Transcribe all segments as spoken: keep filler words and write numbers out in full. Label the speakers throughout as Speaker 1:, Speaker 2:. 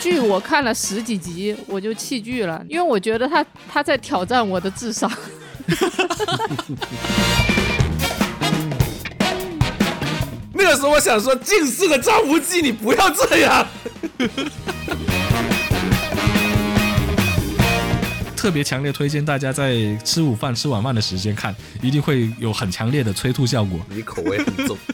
Speaker 1: 剧我看了十几集我就弃剧了，因为我觉得他他在挑战我的智商。
Speaker 2: 那个时候我想说，近视的张无忌，你不要这样。
Speaker 3: 特别强烈推荐大家在吃午饭、吃晚饭的时间看，一定会有很强烈的催吐效果。
Speaker 2: 你口味很重。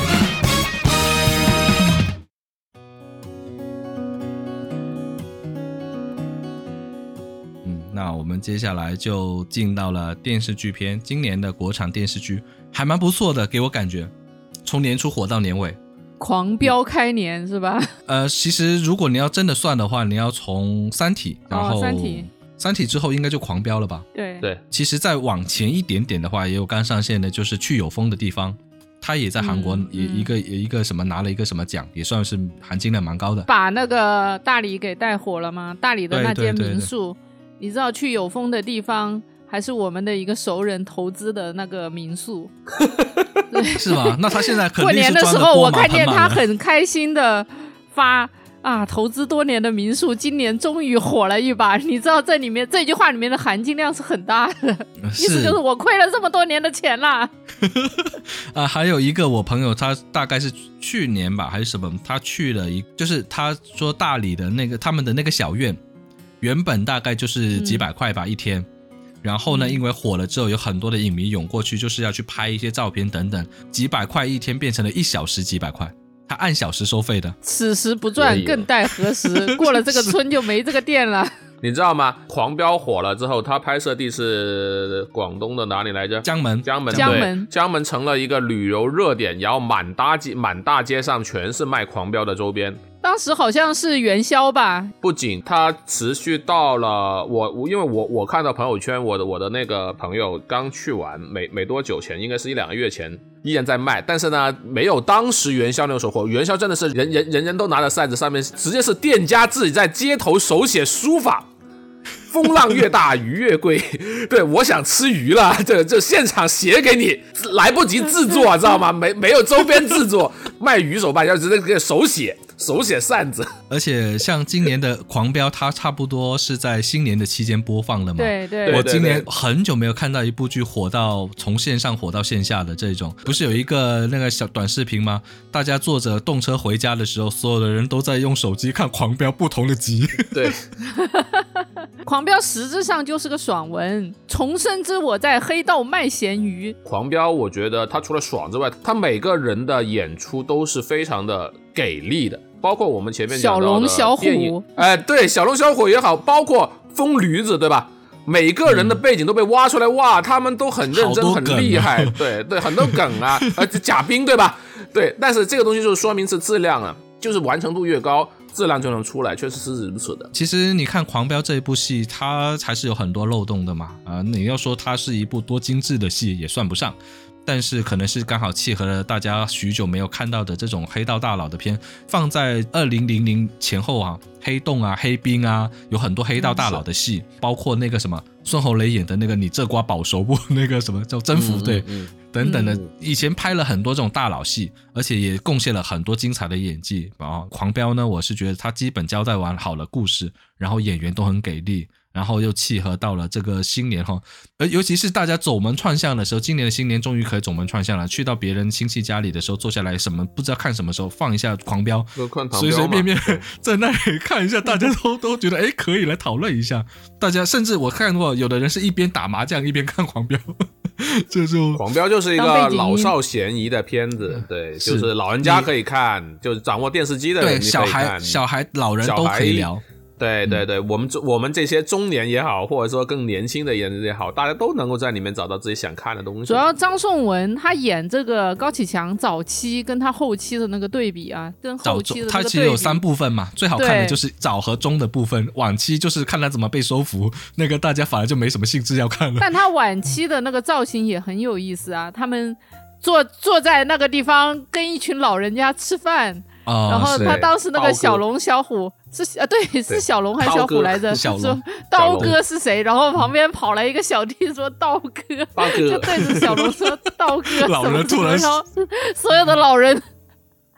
Speaker 3: 嗯，那我们接下来就进到了电视剧篇，今年的国产电视剧还蛮不错的，给我感觉，从年初火到年尾。
Speaker 1: 狂飙开年是吧？
Speaker 3: 呃，其实如果你要真的算的话，你要从三体，然后、
Speaker 1: 哦、三体
Speaker 3: 三体之后应该就狂飙了吧？
Speaker 1: 对
Speaker 2: 对。
Speaker 3: 其实再往前一点点的话，也有刚上线的，就是去有风的地方，他也在韩国也一个、嗯、一个什么拿了一个什么奖，也算是含金量蛮高的。
Speaker 1: 把那个大理给带火了吗？大理的那间民宿，对对对对，你知道去有风的地方还是我们的一个熟人投资的那个民宿。
Speaker 3: 是吗？那他现在肯定是
Speaker 1: 过年的时候我看见他很开心的发啊，投资多年的民宿今年终于火了一把。你知道这里面这句话里面的含金量是很大的，意思就是我亏了这么多年的钱啦。
Speaker 3: 啊，还有一个我朋友，他大概是去年吧还是什么，他去了一，就是他说大理的那个他们的那个小院，原本大概就是几百块吧、嗯、一天。然后呢，因为火了之后，有很多的影迷涌过去，就是要去拍一些照片等等，几百块一天变成了一小时几百块，他按小时收费的。
Speaker 1: 此时不赚更待何时？过了这个村就没这个店了。
Speaker 2: 你知道吗？狂飙火了之后，他拍摄地是广东的哪里来着？
Speaker 3: 江门。
Speaker 2: 江门，
Speaker 1: 江门，
Speaker 2: 江门成了一个旅游热点，然后满大街满大街上全是卖狂飙的周边。
Speaker 1: 当时好像是元宵吧，
Speaker 2: 不仅它持续到了我，因为我我看到朋友圈，我的我的那个朋友刚去完，没没多久前，应该是一两个月前，依然在卖，但是呢，没有当时元宵那个时候火。元宵真的是人人人人都拿着扇子，上面直接是店家自己在街头手写书法。风浪越大鱼越贵，对，我想吃鱼了，这这现场写给你，来不及制作，知道吗？没没有周边制作，卖鱼手办要直接给手写。手写扇子。
Speaker 3: 而且像今年的狂飙，它差不多是在新年的期间播放的嘛。
Speaker 1: 对对，
Speaker 3: 我今年很久没有看到一部剧火到从线上火到线下的这种。不是有一个那个小短视频吗？大家坐着动车回家的时候，所有的人都在用手机看狂飙不同的集。
Speaker 2: 对。
Speaker 1: 狂飙实质上就是个爽文，重生之我在黑道卖咸鱼。
Speaker 2: 狂飙我觉得他除了爽之外，他每个人的演出都是非常的给力的，包括我们前面讲到的
Speaker 1: 小龙小虎，
Speaker 2: 哎、呃，对，小龙小虎也好，包括疯驴子，对吧？每个人的背景都被挖出来，哇，他们都很认真，很厉害，对对，很多梗啊，呃，贾冰对吧？对，但是这个东西就是说明是质量啊，就是完成度越高，质量就能出来，确实是如此的。
Speaker 3: 其实你看《狂飙》这一部戏，它还是有很多漏洞的嘛，啊、呃，你要说它是一部多精致的戏也算不上。但是可能是刚好契合了大家许久没有看到的这种黑道大佬的片，放在二零零零前后啊，黑洞啊、黑冰啊，有很多黑道大佬的戏，嗯、包括那个什么孙红雷演的那个你这瓜保熟不？那个什么叫征服队、嗯嗯嗯、等等的、嗯，以前拍了很多这种大佬戏，而且也贡献了很多精彩的演技啊。狂飙呢，我是觉得他基本交代完好了故事，然后演员都很给力。然后又契合到了这个新年哈，而尤其是大家走门串巷的时候，今年的新年终于可以走门串巷了。去到别人亲戚家里的时候，坐下来什么不知道看什么时候，放一下狂飙，随随便便在那里看一下，大家都都觉得哎可以来讨论一下。大家甚至我看过有的人是一边打麻将一边看狂飙。这就
Speaker 2: 狂飙就是一个老少咸宜的片子，对，就是老人家可以看，就是掌握电视机的人
Speaker 3: 对小孩小孩老人都可以聊。
Speaker 2: 对对对、嗯、我们我们这些中年也好，或者说更年轻的人也好，大家都能够在里面找到自己想看的东西。
Speaker 1: 主要张颂文他演这个高启强早期跟他后期的那个对比啊，跟后期的那个对比，他
Speaker 3: 其实有三部分嘛，最好看的就是早和中的部分，晚期就是看他怎么被收服，那个大家反而就没什么兴致要看了。
Speaker 1: 但他晚期的那个造型也很有意思啊，他们坐坐在那个地方跟一群老人家吃饭。哦、然后他当时那个小龙小虎是啊，对，是小龙还是小虎来着？说刀哥是谁？然后旁边跑来一个小弟说刀哥，
Speaker 2: 刀哥
Speaker 1: 就对着小龙说刀哥。
Speaker 3: 老人突然，
Speaker 1: 然后所有的老人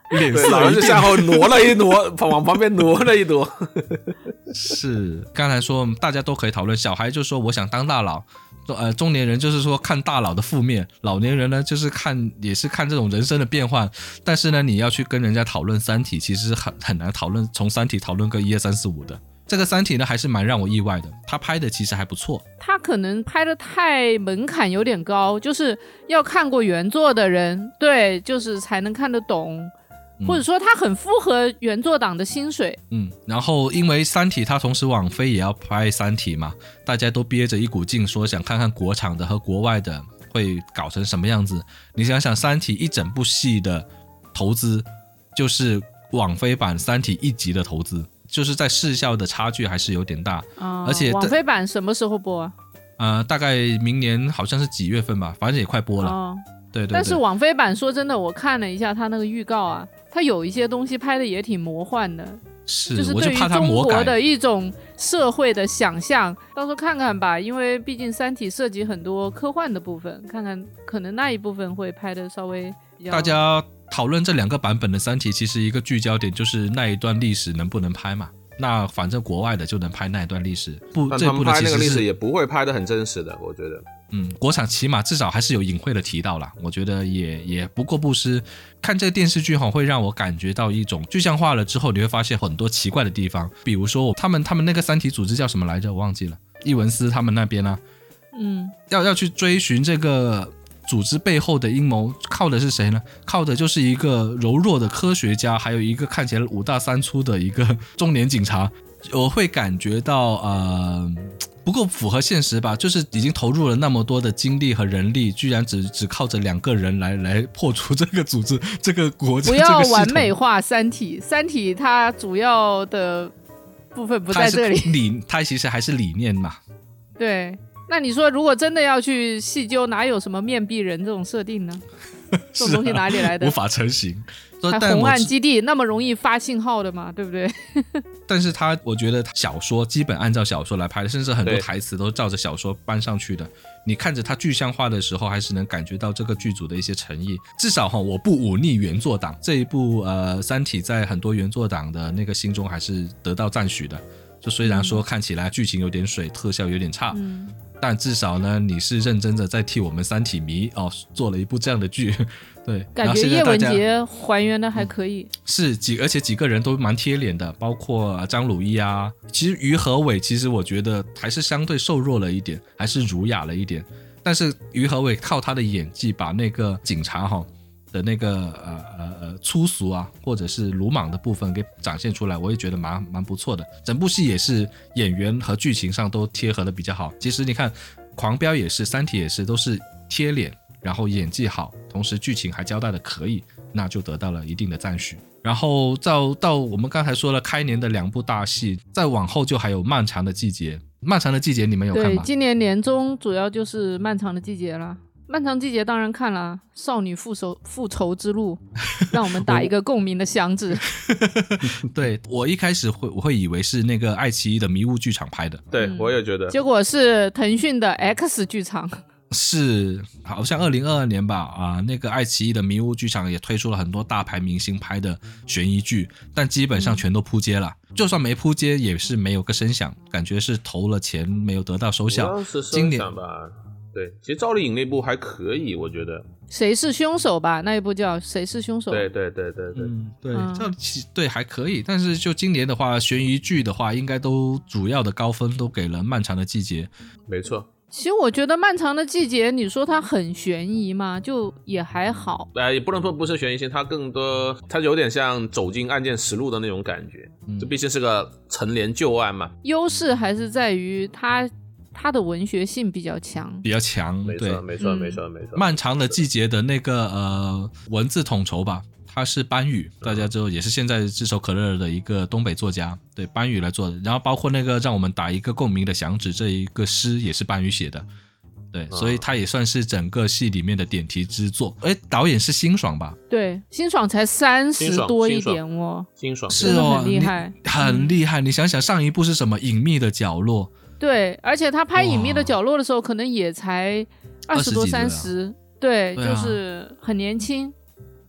Speaker 3: 脸色
Speaker 2: 老人就向后挪了一挪，往旁边挪了一挪。
Speaker 3: 是，刚才说大家都可以讨论，小孩就说我想当大佬，呃，中年人就是说看大佬的负面，老年人呢就是看也是看这种人生的变换。但是呢，你要去跟人家讨论三体，其实很很难讨论从三体讨论个一二三四五的。这个三体呢还是蛮让我意外的，他拍的其实还不错。
Speaker 1: 他可能拍的太门槛有点高，就是要看过原作的人，对，就是才能看得懂，嗯、或者说他很符合原作党的薪水。
Speaker 3: 嗯，然后因为三体他同时网飞也要拍三体嘛，大家都憋着一股劲说想看看国产的和国外的会搞成什么样子。你想想三体一整部戏的投资就是网飞版三体一集的投资，就是在视效的差距还是有点大、
Speaker 1: 哦、
Speaker 3: 而且
Speaker 1: 网飞版什么时候播啊？
Speaker 3: 呃，大概明年好像是几月份吧，反正也快播了、哦、对对对。
Speaker 1: 但是网飞版说真的，我看了一下它那个预告啊，它有一些东西拍的也挺魔幻的，
Speaker 3: 是，
Speaker 1: 就是对于中国的一种社会的想象，到时候看看吧，因为毕竟三体涉及很多科幻的部分，看看可能那一部分会拍的稍微比较。
Speaker 3: 大家讨论这两个版本的三体，其实一个聚焦点就是那一段历史能不能拍嘛，那反正国外的就能拍那一段历史，不，
Speaker 2: 但他们拍那个历史也不会拍得很真实的，我觉得。
Speaker 3: 嗯，国产起码至少还是有隐晦的提到啦，我觉得也也不过不失。看这个电视剧会让我感觉到一种具象化了之后，你会发现很多奇怪的地方，比如说他们他们那个三体组织叫什么来着，我忘记了，伊文斯他们那边啊，
Speaker 1: 嗯，
Speaker 3: 要要去追寻这个组织背后的阴谋，靠的是谁呢？靠的就是一个柔弱的科学家，还有一个看起来五大三粗的一个中年警察。我会感觉到呃不够符合现实吧，就是已经投入了那么多的精力和人力，居然只只靠着两个人来来破除这个组织这个国家。
Speaker 1: 不要完美化三体，三体它主要的部分不在这里，
Speaker 3: 理它其实还是理念嘛。
Speaker 1: 对，那你说如果真的要去细究，哪有什么面壁人这种设定呢？这种东西哪里来的？
Speaker 3: 无法成型。
Speaker 1: 还红岸基地那么容易发信号的嘛，对不对？
Speaker 3: 但是他我觉得小说基本按照小说来拍的，甚至很多台词都照着小说搬上去的。你看着它具象化的时候，还是能感觉到这个剧组的一些诚意。至少我不忤逆原作党，这一部呃三体在很多原作党的那个心中还是得到赞许的。就虽然说看起来剧情有点水，特效有点差、嗯、但至少呢你是认真的在替我们三体迷、哦、做了一部这样的剧。对，
Speaker 1: 感觉叶文洁还原的还可以、嗯、
Speaker 3: 是几而且几个人都蛮贴脸的，包括张鲁一啊，其实于和伟其实我觉得还是相对瘦弱了一点，还是儒雅了一点，但是于和伟靠他的演技把那个警察哈的那个呃呃呃粗俗啊或者是鲁莽的部分给展现出来，我也觉得蛮蛮不错的。整部戏也是演员和剧情上都贴合的比较好。其实你看狂飙也是，三体也是，都是贴脸，然后演技好，同时剧情还交代的可以，那就得到了一定的赞许。然后到到我们刚才说了开年的两部大戏，再往后就还有漫长的季节。漫长的季节你们有看吗？
Speaker 1: 对，今年年中主要就是漫长的季节了。漫长季节当然看了，少女复仇复仇之路，让我们打一个共鸣的响指。
Speaker 3: 对，我一开始会我会以为是那个爱奇艺的迷雾剧场拍的，
Speaker 2: 对、嗯、我也觉得，
Speaker 1: 结果是腾讯的 X 剧场。
Speaker 3: 是，好像二零二二年吧，啊，那个爱奇艺的迷雾剧场也推出了很多大牌明星拍的悬疑剧，但基本上全都扑街了、嗯、就算没扑街也是没有个声响，感觉是投了钱没有得到收效。
Speaker 2: 主要是声响吧。对，其实赵丽颖那部还可以，我觉得。
Speaker 1: 谁是凶手吧？那一部叫谁是凶手？
Speaker 2: 对对对对对，
Speaker 3: 嗯，对，这对还可以。但是就今年的话，悬疑剧的话，应该都主要的高分都给了《漫长的季节》。
Speaker 2: 没错。
Speaker 1: 其实我觉得《漫长的季节》，你说它很悬疑嘛，就也还好。
Speaker 2: 呃，也不能说不是悬疑性，它更多，它有点像走进案件实录的那种感觉。嗯，这毕竟是个陈年旧案嘛。
Speaker 1: 优势还是在于它。它的文学性比较强，
Speaker 3: 比较强，
Speaker 2: 没错，没错，没错，没错。
Speaker 3: 漫长的季节的那个呃文字统筹吧，他是班宇，大家知道也是现在炙手可热的一个东北作家，对，班宇来做的。然后包括那个让我们打一个共鸣的响指这一个诗也是班宇写的，对，所以他也算是整个戏里面的点题之作。哎，导演是辛爽吧？
Speaker 1: 对，辛爽才三十多一点哦，
Speaker 2: 辛爽
Speaker 3: 是哦，
Speaker 1: 很厉害，
Speaker 3: 很厉害。你想想上一部是什么？隐秘的角落。
Speaker 1: 对，而且他拍《隐秘的角落》的时候，可能也才二十多、三十，对，
Speaker 3: 对啊、
Speaker 1: 就是很年轻。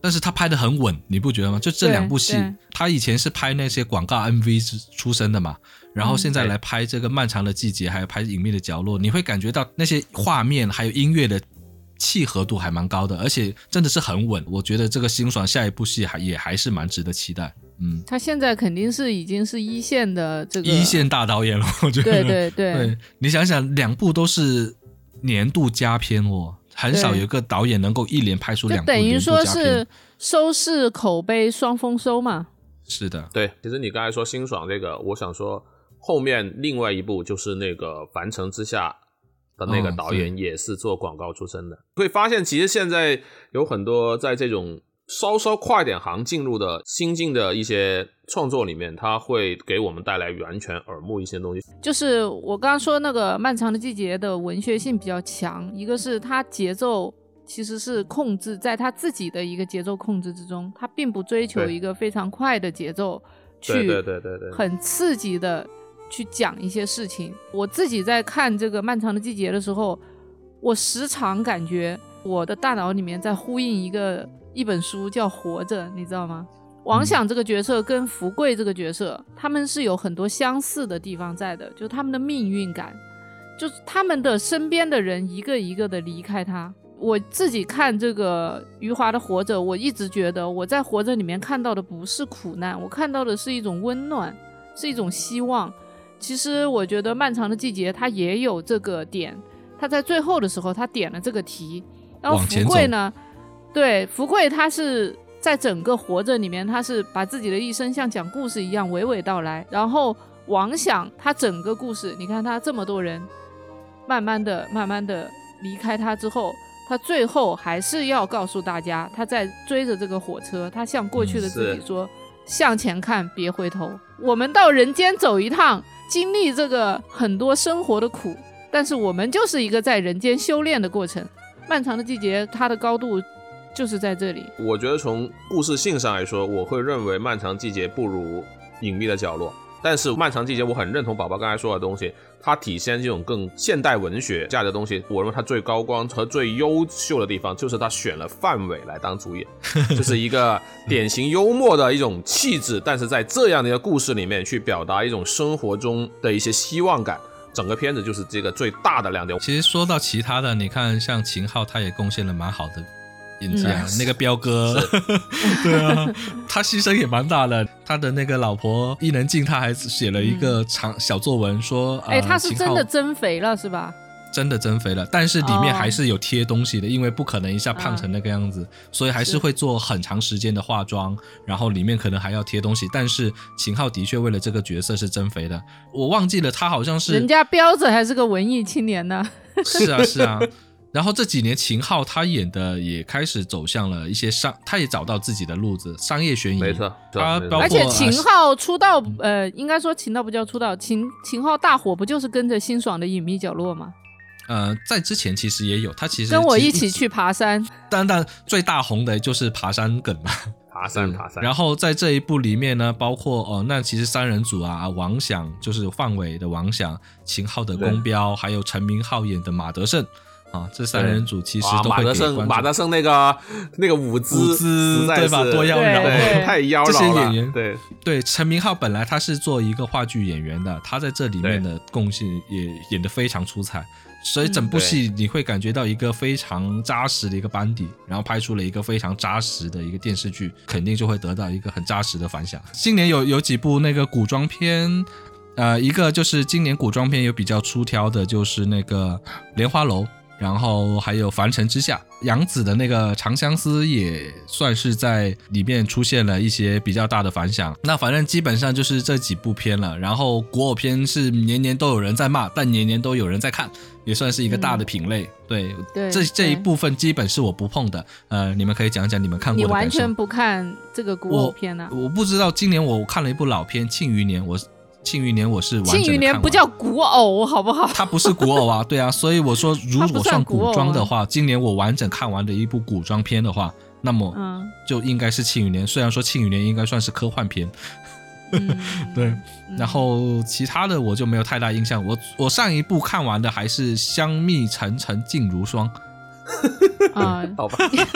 Speaker 3: 但是他拍得很稳，你不觉得吗？就这两部戏，他以前是拍那些广告 M V 出身的嘛，然后现在来拍这个漫长的季节，还有拍隐秘的角落，你会感觉到那些画面还有音乐的契合度还蛮高的，而且真的是很稳。我觉得这个辛爽下一部戏还也还是蛮值得期待。嗯，
Speaker 1: 他现在肯定是已经是一线的这个
Speaker 3: 一线大导演了，我觉得。
Speaker 1: 对对 对,
Speaker 3: 对，你想想，两部都是年度佳片哦，很少有一个导演能够一连拍出两部年度佳片，
Speaker 1: 就等于说是收视口碑双丰收嘛。
Speaker 3: 是的，
Speaker 2: 对。其实你刚才说辛爽这个，我想说后面另外一部就是那个《凡城之下》的那个导演也是做广告出身的。哦、会发现其实现在有很多在这种稍稍快点行进入的新进的一些创作里面，它会给我们带来完全耳目一些东西。
Speaker 1: 就是我刚刚说那个漫长的季节的文学性比较强，一个是它节奏其实是控制在他自己的一个节奏控制之中，他并不追求一个非常快的节奏去很刺激的去讲一些事情。我自己在看这个漫长的季节的时候，我时常感觉我的大脑里面在呼应一个一本书叫活着，你知道吗？王响这个角色跟福贵这个角色，他们是有很多相似的地方在的，就是他们的命运感，就是他们的身边的人一个一个的离开他。我自己看这个余华的活着，我一直觉得我在活着里面看到的不是苦难，我看到的是一种温暖，是一种希望。其实我觉得漫长的季节它也有这个点，他在最后的时候他点了这个题。然后福贵呢，对，福贵他是在整个活着里面，他是把自己的一生像讲故事一样娓娓道来。然后王响他整个故事，你看他这么多人慢慢的慢慢的离开他之后，他最后还是要告诉大家，他在追着这个火车，他向过去的自己说、嗯、向前看别回头，我们到人间走一趟，经历这个很多生活的苦，但是我们就是一个在人间修炼的过程。漫长的季节它的高度就是在这里。
Speaker 2: 我觉得从故事性上来说，我会认为漫长季节不如隐秘的角落，但是漫长季节我很认同宝宝刚才说的东西，它体现这种更现代文学价值的东西。我认为它最高光和最优秀的地方就是它选了范伟来当主演就是一个典型幽默的一种气质但是在这样的一个故事里面去表达一种生活中的一些希望感，整个片子就是这个最大的亮点。
Speaker 3: 其实说到其他的，你看像秦昊他也贡献了蛮好的演技啊、嗯、那个彪哥对啊，他牺牲也蛮大的。他的那个老婆伊能静他还写了一个长、嗯、小作文说哎、
Speaker 1: 呃，他是真的增肥了是吧？
Speaker 3: 真的增肥了，但是里面还是有贴东西的、哦、因为不可能一下胖成那个样子、嗯、所以还是会做很长时间的化妆，然后里面可能还要贴东西。但是秦昊的确为了这个角色是增肥的。我忘记了他好像是
Speaker 1: 人家彪子还是个文艺青年呢
Speaker 3: 是啊是啊然后这几年秦昊他演的也开始走向了一些商，他也找到自己的路子，商业悬疑。
Speaker 2: 没错，
Speaker 3: 他包括
Speaker 1: 而且秦昊出道，呃，应该说秦昊不叫出道，秦秦昊大火不就是跟着辛爽的隐秘角落吗？
Speaker 3: 呃，在之前其实也有，他其实
Speaker 1: 跟我一起去爬山。
Speaker 3: 当然，最大红的就是爬山梗嘛。
Speaker 2: 爬山爬山。
Speaker 3: 然后在这一部里面呢，包括哦，那其实三人组啊，王响就是范伟的王响，秦昊的宫彪，还有陈明昊演的马德胜。啊，这三人组其实都会给观众。
Speaker 2: 马德胜那个那个舞姿，
Speaker 3: 舞姿对吧？多妖娆，
Speaker 2: 太妖娆了。
Speaker 3: 这些演员，
Speaker 2: 对
Speaker 3: 对，陈明昊本来他是做一个话剧演员的，他在这里面的贡献也演得非常出彩，所以整部戏你会感觉到一个非常扎实的一个班底，然后拍出了一个非常扎实的一个电视剧，肯定就会得到一个很扎实的反响。今年有有几部那个古装片。呃，一个就是今年古装片有比较出挑的，就是那个莲花楼，然后还有凡尘之下，杨紫的那个长相思也算是在里面出现了一些比较大的反响。那反正基本上就是这几部片了，然后国偶片是年年都有人在骂，但年年都有人在看，也算是一个大的品类、嗯、对, 对这这一部分基本是我不碰的。呃，你们可以讲讲你们看过的感受。
Speaker 1: 你完全不看这个古偶片啊？
Speaker 3: 我, 我不知道，今年我看了一部老片《庆余年》，我庆余年我是完整的看完。庆余年
Speaker 1: 不叫古偶好不好？
Speaker 3: 它不是古偶啊，对啊，所以我说如果算古装的话，今年我完整看完的一部古装片的话，那么就应该是庆余年。虽然说庆余年应该算是科幻片，嗯、对，然后其他的我就没有太大印象。我我上一部看完的还是香蜜沉沉烬如霜。
Speaker 1: 啊，
Speaker 2: 好吧。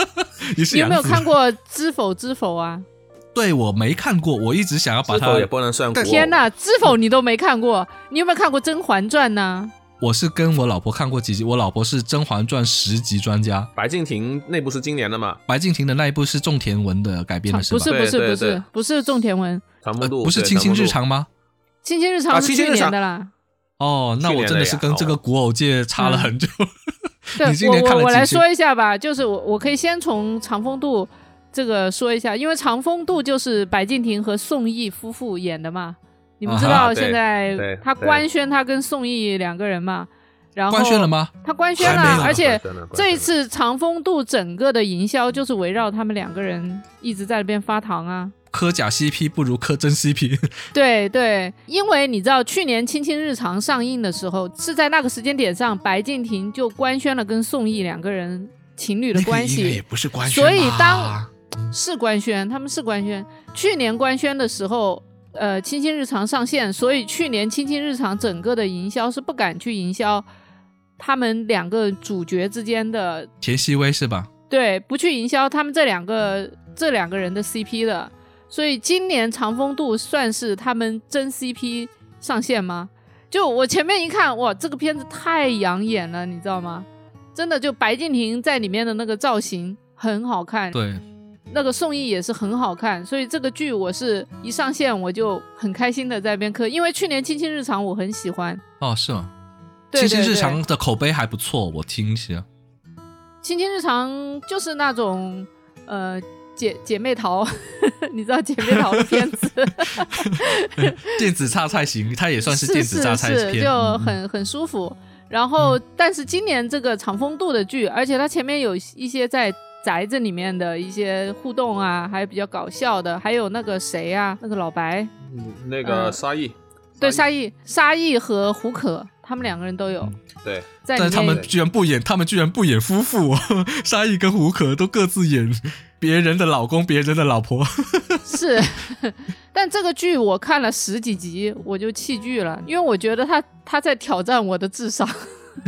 Speaker 3: 你是
Speaker 1: 你有没有看过《知否知否》啊？
Speaker 3: 对，我没看过，我一直想要把它。
Speaker 2: 知否也不能算古偶。
Speaker 1: 天哪，知否你都没看过？你有没有看过《甄嬛传》呢？
Speaker 3: 我是跟我老婆看过几集，我老婆是《甄嬛传》十集专家。
Speaker 2: 白敬亭那部是今年的嘛？
Speaker 3: 白敬亭的那一部是种田文的改编的是吧？
Speaker 1: 不是不是不是不是种田文，
Speaker 2: 长风渡、
Speaker 3: 呃、不是清新日常吗？
Speaker 1: 清新日常是去年的啦。
Speaker 3: 啊、哦，那我真的是跟这个古偶界差了很久。嗯、
Speaker 1: 对，
Speaker 3: 你今年看了
Speaker 1: 我我我来说一下吧，就是我我可以先从长风渡这个说一下，因为长风渡就是白敬亭和宋轶夫妇演的嘛，你们知道现在他官宣他跟宋轶两个人嘛，然后
Speaker 3: 官宣了吗？
Speaker 1: 他官宣了，而且这一次长风渡整个的营销就是围绕他们两个人一直在那边发糖啊。
Speaker 3: 磕假 C P 不如磕真 C P。
Speaker 1: 对对，因为你知道去年《亲亲日常》上映的时候是在那个时间点上，白敬亭就官宣了跟宋轶两个人情侣的关系，
Speaker 3: 那个也不是官宣，
Speaker 1: 所以当是官宣，他们是官宣。去年官宣的时候，呃，《亲亲日常》上线，所以去年《亲亲日常》整个的营销是不敢去营销他们两个主角之间的
Speaker 3: 田曦薇是吧？
Speaker 1: 对，不去营销他们这两个这两个人的 C P 的。所以今年长风渡算是他们真 C P 上线吗？就我前面一看，哇，这个片子太养眼了，你知道吗？真的，就白敬亭在里面的那个造型很好看，
Speaker 3: 对，
Speaker 1: 那个宋轶也是很好看，所以这个剧我是一上线我就很开心的在那边磕，因为去年《亲亲日常》我很喜欢。
Speaker 3: 哦，是吗？
Speaker 1: 对对对，
Speaker 3: 亲亲日常的口碑还不错，我听一下。《
Speaker 1: 亲亲日常》就是那种呃。姐姐妹淘你知道姐妹淘的片子
Speaker 3: 电子榨菜型，它也算是电子榨菜片，
Speaker 1: 是是是，就很很舒服。然后、嗯、但是今年这个长风渡的剧，而且它前面有一些在宅子里面的一些互动啊，还比较搞笑的，还有那个谁啊，那个老白、
Speaker 2: 嗯、那个沙溢、
Speaker 1: 呃、对，沙溢沙溢和胡可他们两个人都有、嗯、
Speaker 2: 对，
Speaker 3: 但是他们居然不演，他们居然不演夫妇、哦、沙溢跟胡可都各自演别人的老公别人的老婆
Speaker 1: 是，但这个剧我看了十几集我就弃剧了，因为我觉得他他在挑战我的智商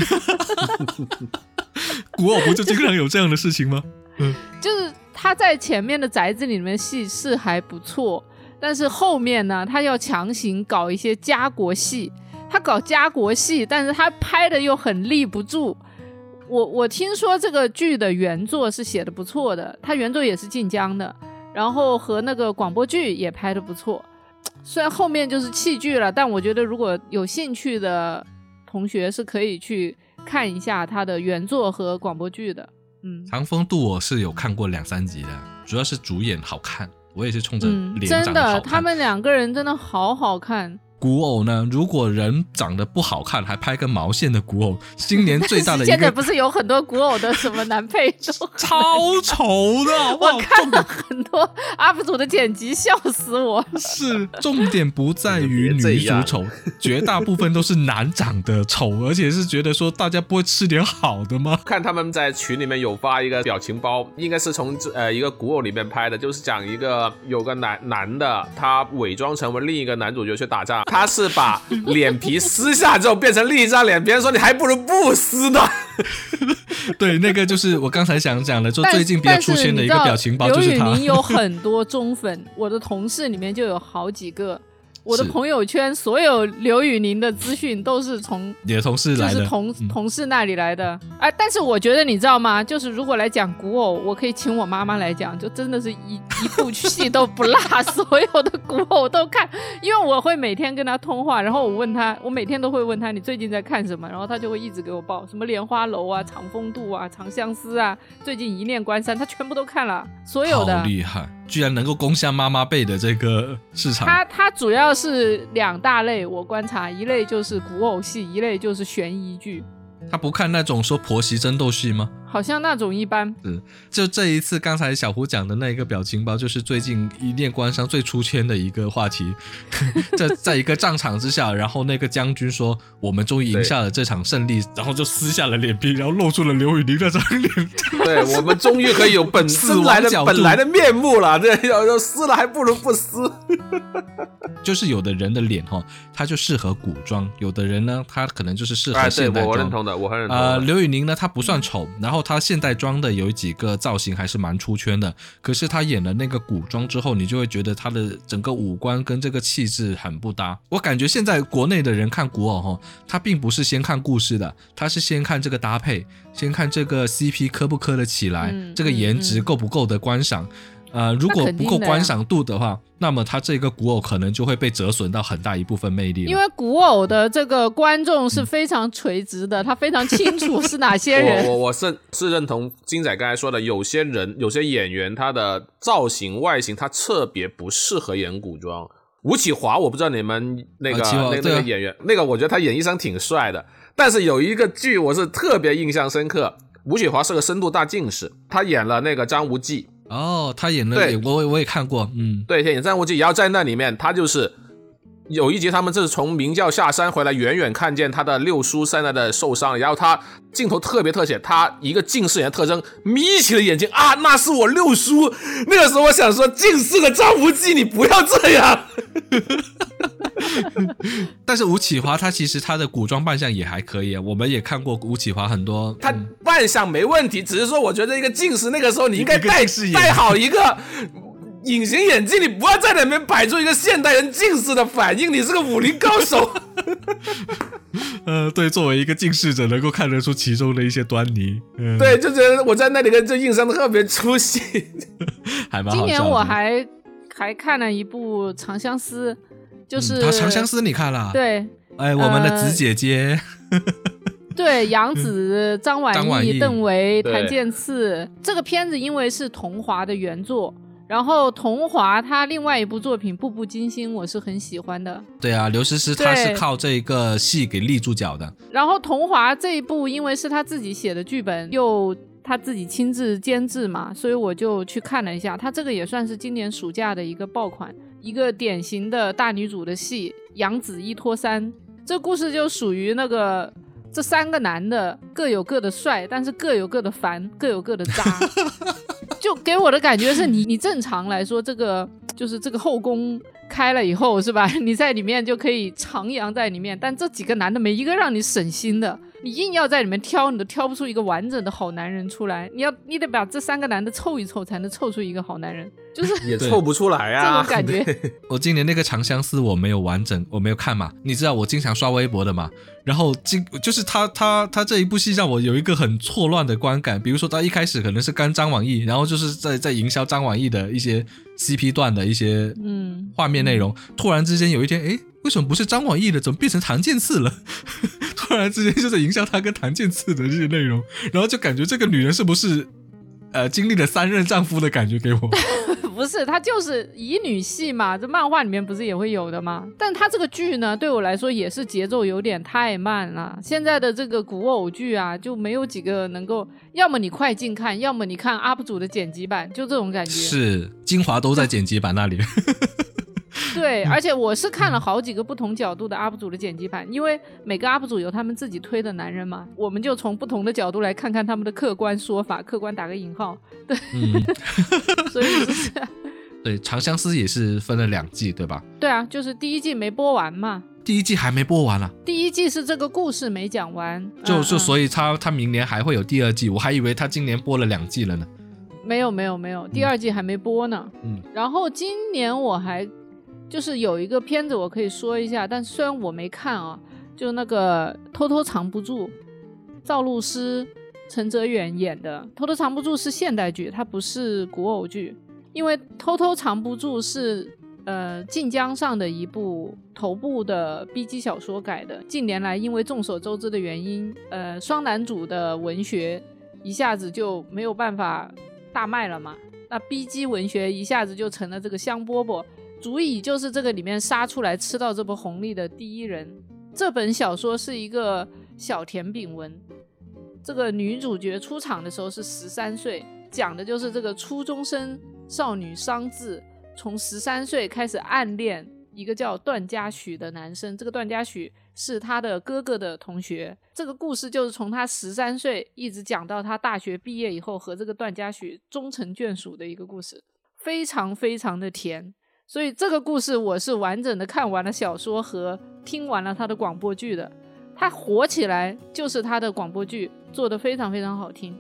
Speaker 3: 古偶不就经常有这样的事情吗？嗯，
Speaker 1: 就是他在前面的宅子里面戏是还不错，但是后面呢他要强行搞一些家国戏，他搞家国戏但是他拍的又很立不住。我我听说这个剧的原作是写的不错的，他原作也是晋江的，然后和那个广播剧也拍的不错，虽然后面就是弃剧了，但我觉得如果有兴趣的同学是可以去看一下他的原作和广播剧的。嗯，
Speaker 3: 长风渡我是有看过两三集的，主要是主演好看，我也是冲着脸长得好看、嗯、真的
Speaker 1: 他们两个人真的好好看。
Speaker 3: 古偶呢，如果人长得不好看还拍个毛线的古偶，今年最大的一个
Speaker 1: 现在不是有很多古偶的什么男配
Speaker 3: 超丑的
Speaker 1: 我看了很多 U P 主的剪辑笑死我。
Speaker 3: 是，重点不在于女主丑绝大部分都是男长得丑，而且是觉得说大家不会吃点好的吗？
Speaker 2: 看他们在群里面有发一个表情包，应该是从呃一个古偶里面拍的，就是讲一个有个男男的他伪装成为另一个男主角去打仗，他是把脸皮撕下之后变成另一张脸，别人说你还不如不撕呢。
Speaker 3: 对，那个就是我刚才想讲的，就最近比较出现的一个表情包就是他。
Speaker 1: 刘宇宁有很多忠粉，我的同事里面就有好几个。我的朋友圈所有刘宇宁的资讯都是从
Speaker 3: 你的同事来的，
Speaker 1: 就是同、嗯、同事那里来的。哎，但是我觉得你知道吗？就是如果来讲古偶，我可以请我妈妈来讲，就真的是一一部戏都不落，所有的古偶都看，因为我会每天跟她通话，然后我问她，我每天都会问她你最近在看什么，然后她就会一直给我报什么莲花楼啊、长风渡啊、长相思啊，最近一念关山，她全部都看了，所有的。
Speaker 3: 好厉害，居然能够攻下妈妈辈的这个市场。
Speaker 1: 她她主要是两大类，我观察，一类就是古偶戏，一类就是悬疑剧。
Speaker 3: 他不看那种说婆媳争斗戏吗？
Speaker 1: 好像那种一般。
Speaker 3: 是，就这一次刚才小胡讲的那个表情包，就是最近一念关山最出圈的一个话题。在在一个战场之下，然后那个将军说我们终于赢下了这场胜利，然后就撕下了脸皮，然后露出了刘宇宁那张脸。
Speaker 2: 对，我们终于可以有本身来的本来的面目了，对，要撕了还不如不撕。
Speaker 3: 就是有的人的脸齁，他就适合古装，有的人呢他可能就是适合现代装。
Speaker 2: 哎、对，我认同的，我很认同的。
Speaker 3: 呃，刘宇宁呢他不算丑，然后后他现代装的有几个造型还是蛮出圈的，可是他演了那个古装之后，你就会觉得他的整个五官跟这个气质很不搭。我感觉现在国内的人看古偶他并不是先看故事的，他是先看这个搭配，先看这个 C P 磕不磕得起来、嗯、这个颜值够不够的观赏、嗯呃，如果不够观赏度的话，那么它这个古偶可能就会被折损到很大一部分魅力了。
Speaker 1: 因为古偶的这个观众是非常垂直的、嗯、他非常清楚是哪些人。
Speaker 2: 我我我是是认同金仔刚才说的，有些人有些演员他的造型外形他特别不适合演古装。吴启华我不知道你们那个、呃、那, 那个演员、啊、那个我觉得他演医生挺帅的，但是有一个剧我是特别印象深刻，吴启华是个深度大近视，他演了那个张无忌。
Speaker 3: 哦，他演了，对，我我也看过，嗯，
Speaker 2: 对，演张无忌，然后在那里面，他就是有一集，他们就是从明教下山回来，远远看见他的六叔现在的受伤，然后他镜头特别特写，他一个近视眼的特征，眯起了眼睛啊，那是我六叔。那个时候我想说，近视的张无忌，你不要这样。
Speaker 3: 但是吴启华他其实他的古装扮相也还可以，我们也看过吴启华很多，
Speaker 2: 他扮相没问题，只是说我觉得一个近视那个时候你应该戴戴好一个隐形眼镜，你不要在那边摆出一个现代人近视的反应，你是个武林高手。
Speaker 3: 呃，对，作为一个近视者能够看得出其中的一些端倪、嗯、
Speaker 2: 对，就觉得我在那里跟这印象特别出戏。
Speaker 3: 还蛮好笑的。
Speaker 1: 今年我还还看了一部长相思，就是、
Speaker 3: 嗯、他长相思你看了？
Speaker 1: 对，
Speaker 3: 哎，我们的子姐姐、呃、
Speaker 1: 对，杨紫、张晚意、邓为、谭健次。这个片子因为是桐华的原作，然后桐华他另外一部作品《步步惊心》我是很喜欢的。
Speaker 3: 对啊，刘诗诗他是靠这个戏给立住脚的。
Speaker 1: 然后桐华这一部因为是他自己写的剧本，又他自己亲自监制嘛，所以我就去看了一下。他这个也算是今年暑假的一个爆款，一个典型的大女主的戏，杨紫一拖三。这故事就属于那个这三个男的各有各的帅，但是各有各的烦，各有各的渣。就给我的感觉是你你正常来说这个就是这个后宫开了以后是吧，你在里面就可以徜徉在里面，但这几个男的没一个让你省心的，你硬要在里面挑，你都挑不出一个完整的好男人出来，你要你得把这三个男的凑一凑才能凑出一个好男人，就是
Speaker 2: 也凑不出来啊，
Speaker 1: 这种感觉。
Speaker 3: 我今年那个长相思我没有完整，我没有看嘛，你知道我经常刷微博的嘛，然后就是他他他这一部戏让我有一个很错乱的观感，比如说他一开始可能是跟张晚意，然后就是在在营销张晚意的一些 C P 段的一些嗯画面内容、嗯、突然之间有一天诶为什么不是张晚意的，怎么变成谭健次了？突然之间就在营销他跟谭健次的这些内容，然后就感觉这个女人是不是呃经历了三任丈夫的感觉给我。
Speaker 1: 不是，她就是乙女戏嘛，这漫画里面不是也会有的吗？但她这个剧呢对我来说也是节奏有点太慢了，现在的这个古偶剧啊就没有几个能够，要么你快进看，要么你看 U P 主的剪辑版，就这种感觉。是，
Speaker 3: 精华都在剪辑版那里。
Speaker 1: 对，而且我是看了好几个不同角度的 U P 主的剪辑版，因为每个 U P 主有他们自己推的男人嘛，我们就从不同的角度来看看他们的客观说法，客观打个引号。对、嗯、所以就是
Speaker 3: 对，长相思也是分了两季对吧？
Speaker 1: 对啊，就是第一季没播完嘛。
Speaker 3: 第一季还没播完啊？
Speaker 1: 第一季是这个故事没讲完，
Speaker 3: 就就所以他他明年还会有第二季，我还以为他今年播了两季了呢。
Speaker 1: 没有没有没有，第二季还没播呢。嗯，然后今年我还就是有一个片子我可以说一下，但虽然我没看啊，就那个偷偷藏不住，赵露思、陈哲远演的。偷偷藏不住是现代剧，它不是古偶剧，因为偷偷藏不住是呃晋江上的一部头部的 B G 小说改的。近年来因为众所周知的原因，呃双男主的文学一下子就没有办法大卖了嘛，那 B G 文学一下子就成了这个香饽饽，足以就是这个里面杀出来吃到这波红利的第一人。这本小说是一个小甜饼文，这个女主角出场的时候是十三岁，讲的就是这个初中生少女桑稚从十三岁开始暗恋一个叫段嘉许的男生，这个段嘉许是他的哥哥的同学。这个故事就是从他十三岁一直讲到他大学毕业以后和这个段嘉许终成眷属的一个故事，非常非常的甜。所以这个故事我是完整的看完了小说和听完了他的广播剧的。他火起来就是他的广播剧做得非常非常好听，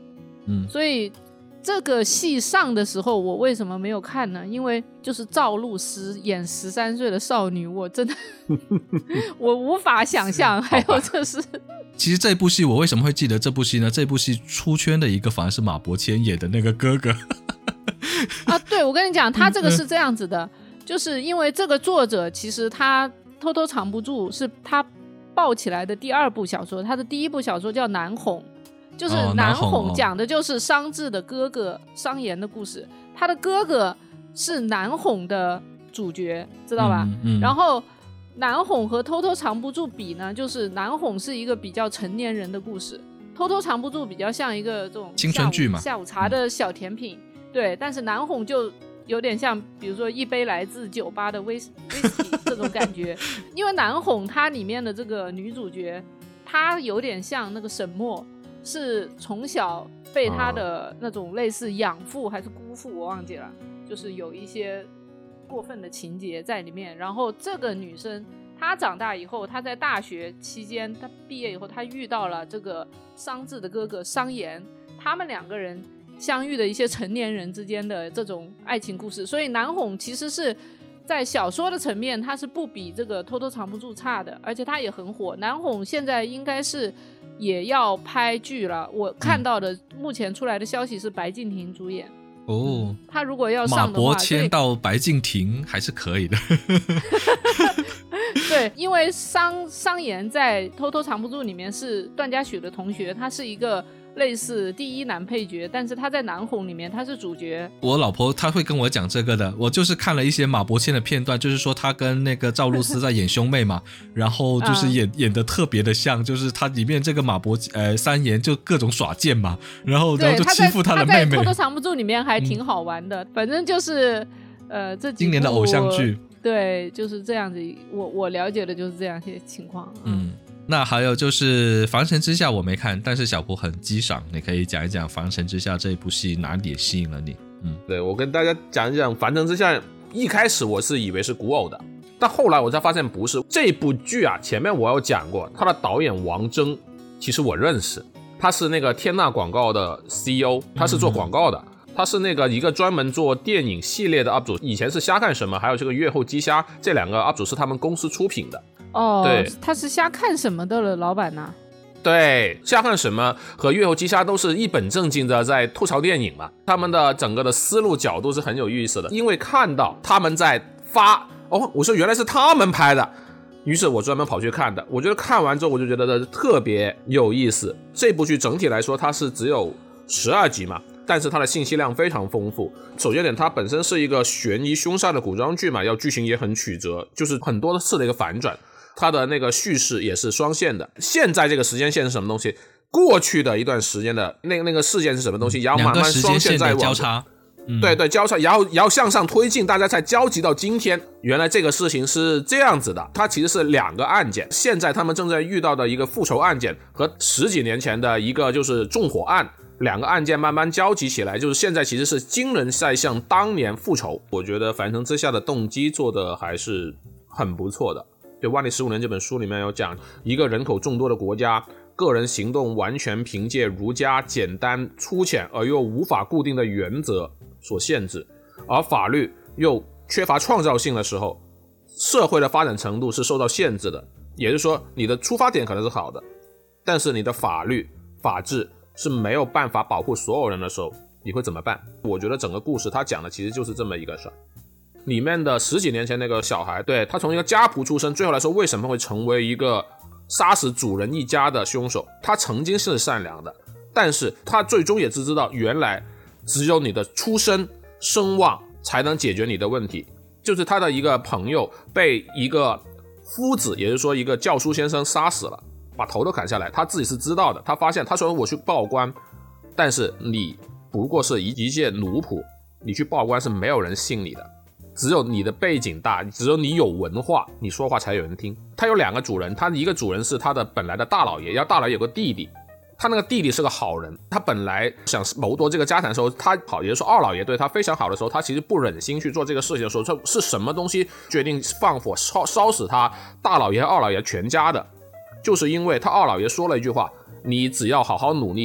Speaker 3: 嗯，
Speaker 1: 所以这个戏上的时候我为什么没有看呢？因为就是赵露思演十三岁的少女，我真的我无法想象。还有就是
Speaker 3: 其实这部戏我为什么会记得这部戏呢？这部戏出圈的一个反而是马伯骞演的那个哥哥
Speaker 1: 啊，对，我跟你讲他这个是这样子的，就是因为这个作者其实他偷偷藏不住是他爆起来的第二部小说，他的第一部小说叫南红，就是南红讲的就是商祗的哥哥商言的故事，他的哥哥是南红的主角，知道吧？
Speaker 3: 嗯嗯、
Speaker 1: 然后南红和偷偷藏不住比呢，就是南红是一个比较成年人的故事，偷偷藏不住比较像一个这种
Speaker 3: 青春剧嘛，
Speaker 1: 下午茶的小甜品、嗯、对，但是南红就有点像比如说一杯来自酒吧的威威士忌这种感觉因为南红它里面的这个女主角她有点像那个沈墨，是从小被她的那种类似养父还是姑父我忘记了，就是有一些过分的情节在里面。然后这个女生她长大以后，她在大学期间她毕业以后，她遇到了这个商祗的哥哥商言，他们两个人相遇的一些成年人之间的这种爱情故事。所以南红其实是在小说的层面它是不比这个偷偷藏不住差的，而且它也很火。南红现在应该是也要拍剧了，我看到的目前出来的消息是白敬亭主演。
Speaker 3: 哦，
Speaker 1: 他如果要上的话，
Speaker 3: 马伯骞到白敬亭还是可以的
Speaker 1: 对，因为商商言在偷偷藏不住里面是段嘉许的同学，他是一个类似第一男配角，但是他在南红里面他是主角。
Speaker 3: 我老婆她会跟我讲这个的，我就是看了一些马伯骞的片段，就是说他跟那个赵露思在演兄妹嘛然后就是演、嗯、演的特别的像，就是他里面这个马伯呃三言就各种耍贱嘛，然后然后就欺负他的妹妹。
Speaker 1: 他在偷偷藏不住里面还挺好玩的、嗯、反正就是呃这几部
Speaker 3: 今年的偶像剧，
Speaker 1: 对，就是这样子，我我了解的就是这样些情况。
Speaker 3: 嗯，那还有就是《防尘之下》我没看，但是小蒲很激赏，你可以讲一讲《防尘之下》这一部戏哪里吸引了你？嗯，
Speaker 2: 对，我跟大家讲一讲《防尘之下》，一开始我是以为是古偶的，但后来我才发现不是。这部剧啊，前面我有讲过，他的导演王铮，其实我认识，他是那个天纳广告的 C E O， 他是做广告的。嗯，他是那个一个专门做电影系列的 U P 主，以前是瞎看什么还有这个月后鸡虾这两个 U P 主是他们公司出品的。
Speaker 1: 哦，对，他是瞎看什么的了老板呢、啊？
Speaker 2: 对，瞎看什么和月后鸡虾都是一本正经的在吐槽电影嘛，他们的整个的思路角度是很有意思的，因为看到他们在发，哦，我说原来是他们拍的，于是我专门跑去看的。我觉得看完之后我就觉得特别有意思。这部剧整体来说它是只有十二集嘛，但是它的信息量非常丰富。首先点，它本身是一个悬疑凶杀的古装剧嘛，要剧情也很曲折，就是很多次的一个反转。它的那个叙事也是双线的。现在这个时间线是什么东西？过去的一段时间的那那个事件是什么东西？然后慢慢双线在往
Speaker 3: 交叉，嗯、
Speaker 2: 对对交叉，然后然后向上推进，大家才交集到今天。原来这个事情是这样子的，它其实是两个案件。现在他们正在遇到的一个复仇案件和十几年前的一个就是纵火案。两个案件慢慢交集起来，就是现在其实是金人在向当年复仇。我觉得《凡城之下》的动机做的还是很不错的。对，《万历十五年》这本书里面有讲，一个人口众多的国家，个人行动完全凭借儒家简单粗浅而又无法固定的原则所限制，而法律又缺乏创造性的时候，社会的发展程度是受到限制的。也就是说，你的出发点可能是好的，但是你的法律法治是没有办法保护所有人的时候，你会怎么办？我觉得整个故事它讲的其实就是这么一个事儿。里面的十几年前那个小孩，对，他从一个家仆出身，最后来说为什么会成为一个杀死主人一家的凶手？他曾经是善良的，但是他最终也只知道，原来只有你的出身声望才能解决你的问题。就是他的一个朋友被一个夫子，也就是说一个教书先生杀死了，把头都砍下来，他自己是知道的。他发现，他说我去报官，但是你不过是一一介奴仆，你去报官是没有人信你的。只有你的背景大，只有你有文化，你说话才有人听。他有两个主人，他一个主人是他的本来的大老爷，要大老爷有个弟弟，他那个弟弟是个好人，他本来想谋夺这个家产的时候，他好，也就是说二老爷对他非常好的时候，他其实不忍心去做这个事情的时候，这是什么东西决定放火烧烧死他大老爷和二老爷全家的？就是因为他二老爷说了一句话，你只要好好努力，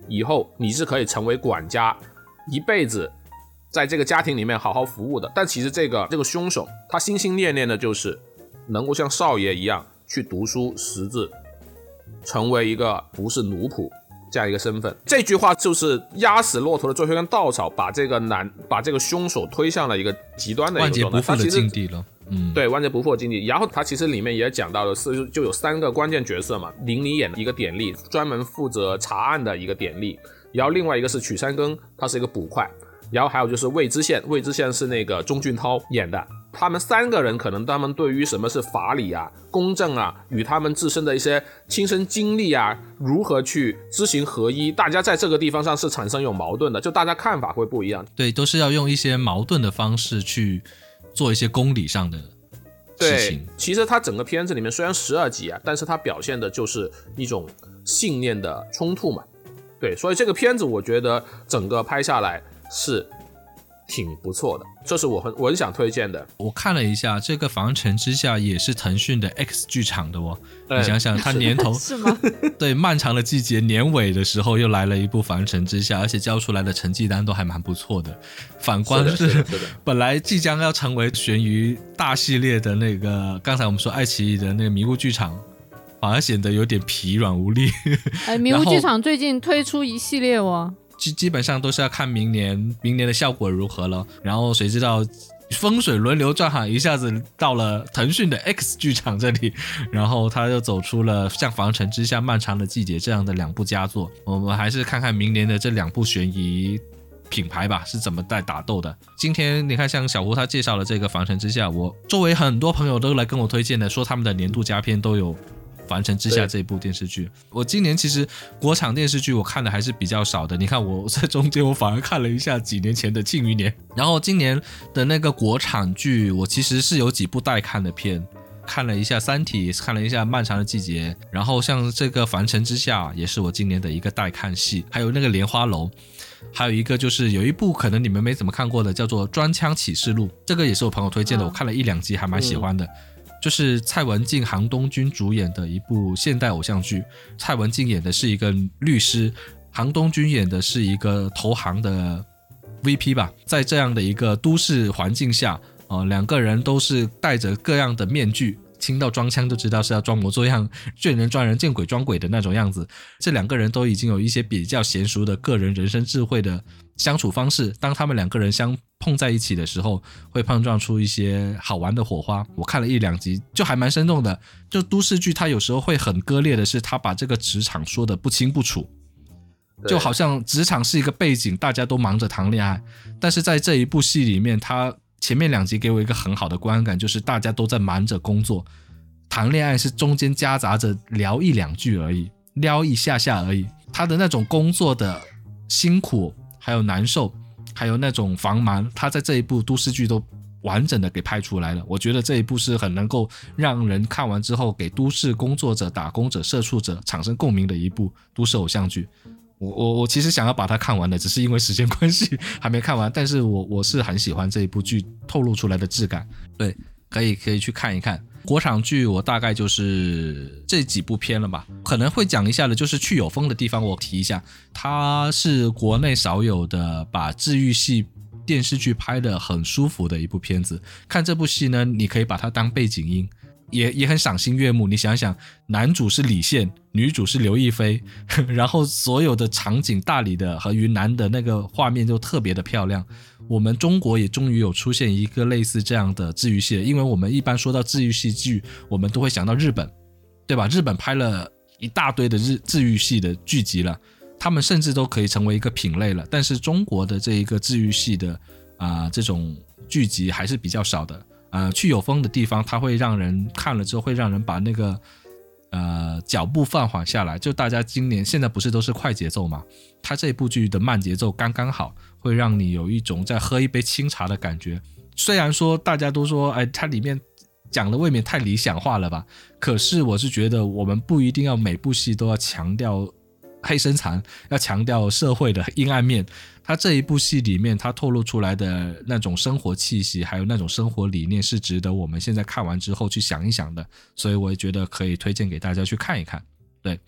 Speaker 2: 以后你是可以成为管家，一辈子在这个家庭里面好好服务的。但其实这个这个凶手他心心念念的就是能够像少爷一样去读书识字，成为一个不是奴仆这样一个身份。这句话就是压死骆驼的最后一根稻草，把这个男把这个凶手推向了一个极端的一个状态，
Speaker 3: 万劫不复的境地了。嗯，
Speaker 2: 对，万劫不复的境地。然后他其实里面也讲到了是就有三个关键角色嘛，林里演的一个典吏，专门负责查案的一个典吏，然后另外一个是曲三更，他是一个捕快，然后还有就是魏知县，魏知县是那个钟俊涛演的。他们三个人可能他们对于什么是法理啊、公正啊，与他们自身的一些亲身经历啊，如何去知行合一，大家在这个地方上是产生有矛盾的，就大家看法会不一样。
Speaker 3: 对，都是要用一些矛盾的方式去做一些公理上的事情。
Speaker 2: 对，其实他整个片子里面虽然十二集啊，但是他表现的就是一种信念的冲突嘛。对，所以这个片子我觉得整个拍下来是挺不错的，这是我很我很想推荐的。
Speaker 3: 我看了一下，这个《防尘之下》也是腾讯的 X 剧场的哦。你想想，它年头
Speaker 1: 是吗？
Speaker 3: 对，漫长的季节年尾的时候又来了一部《防尘之下》，而且交出来的成绩单都还蛮不错的。反观是本来即将要成为悬疑大系列的那个，刚才我们说爱奇艺的那个迷雾剧场，反而显得有点疲软无力。
Speaker 1: 哎，迷雾剧场最近推出一系列哦。
Speaker 3: 基基本上都是要看明年明年的效果如何了，然后谁知道风水轮流转哈，一下子到了腾讯的 X 剧场这里，然后他又走出了像《防尘之下》《漫长的季节》这样的两部佳作。我们还是看看明年的这两部悬疑品牌吧是怎么在打斗的。今天你看像小胡他介绍了这个《防尘之下》，我周围很多朋友都来跟我推荐的，说他们的年度佳片都有凡尘之下这部电视剧。我今年其实国产电视剧我看的还是比较少的，你看我在中间我反而看了一下几年前的庆余年，然后今年的那个国产剧我其实是有几部待看的片，看了一下三体，看了一下漫长的季节，然后像这个凡尘之下也是我今年的一个待看戏，还有那个莲花楼，还有一个就是有一部可能你们没怎么看过的叫做专枪启示录，这个也是我朋友推荐的，我看了一两集还蛮喜欢的、嗯就是蔡文静、杭东君主演的一部现代偶像剧。蔡文静演的是一个律师，杭东君演的是一个投行的 V P 吧。在这样的一个都市环境下、呃、两个人都是戴着各样的面具，听到装腔就知道是要装模作样，见人装人见鬼装鬼的那种样子。这两个人都已经有一些比较娴熟的个人人生智慧的相处方式，当他们两个人相碰在一起的时候，会碰撞出一些好玩的火花。我看了一两集就还蛮生动的。就都市剧它有时候会很割裂的是，它把这个职场说得不清不楚，就好像职场是一个背景，大家都忙着谈恋爱，但是在这一部戏里面，它前面两集给我一个很好的观感，就是大家都在忙着工作，谈恋爱是中间夹杂着聊一两句而已，撩一下下而已。他的那种工作的辛苦还有难受还有那种繁忙，他在这一部都市剧都完整的给拍出来了。我觉得这一部是很能够让人看完之后给都市工作者、打工者、社畜者产生共鸣的一部都市偶像剧。我我我其实想要把它看完的，只是因为时间关系还没看完，但是我我是很喜欢这一部剧透露出来的质感。对，可以可以去看一看。国产剧我大概就是这几部片了吧，可能会讲一下的就是去有风的地方，我提一下，它是国内少有的把治愈系电视剧拍得很舒服的一部片子。看这部戏呢，你可以把它当背景音，也也很赏心悦目。你想想，男主是李现，女主是刘亦菲，然后所有的场景，大理的和云南的那个画面就特别的漂亮。我们中国也终于有出现一个类似这样的治愈系了，因为我们一般说到治愈系剧，我们都会想到日本，对吧？日本拍了一大堆的日治愈系的剧集了，他们甚至都可以成为一个品类了。但是中国的这一个治愈系的啊、呃、这种剧集还是比较少的。呃，去有风的地方，它会让人看了之后会让人把那个呃脚步放缓下来。就大家今年现在不是都是快节奏嘛，它这部剧的慢节奏刚刚好，会让你有一种在喝一杯清茶的感觉。虽然说大家都说哎，它里面讲的未免太理想化了吧，可是我是觉得我们不一定要每部戏都要强调黑身残，要强调社会的阴暗面。他这一部戏里面他透露出来的那种生活气息还有那种生活理念是值得我们现在看完之后去想一想的，所以我也觉得可以推荐给大家去看一看。对，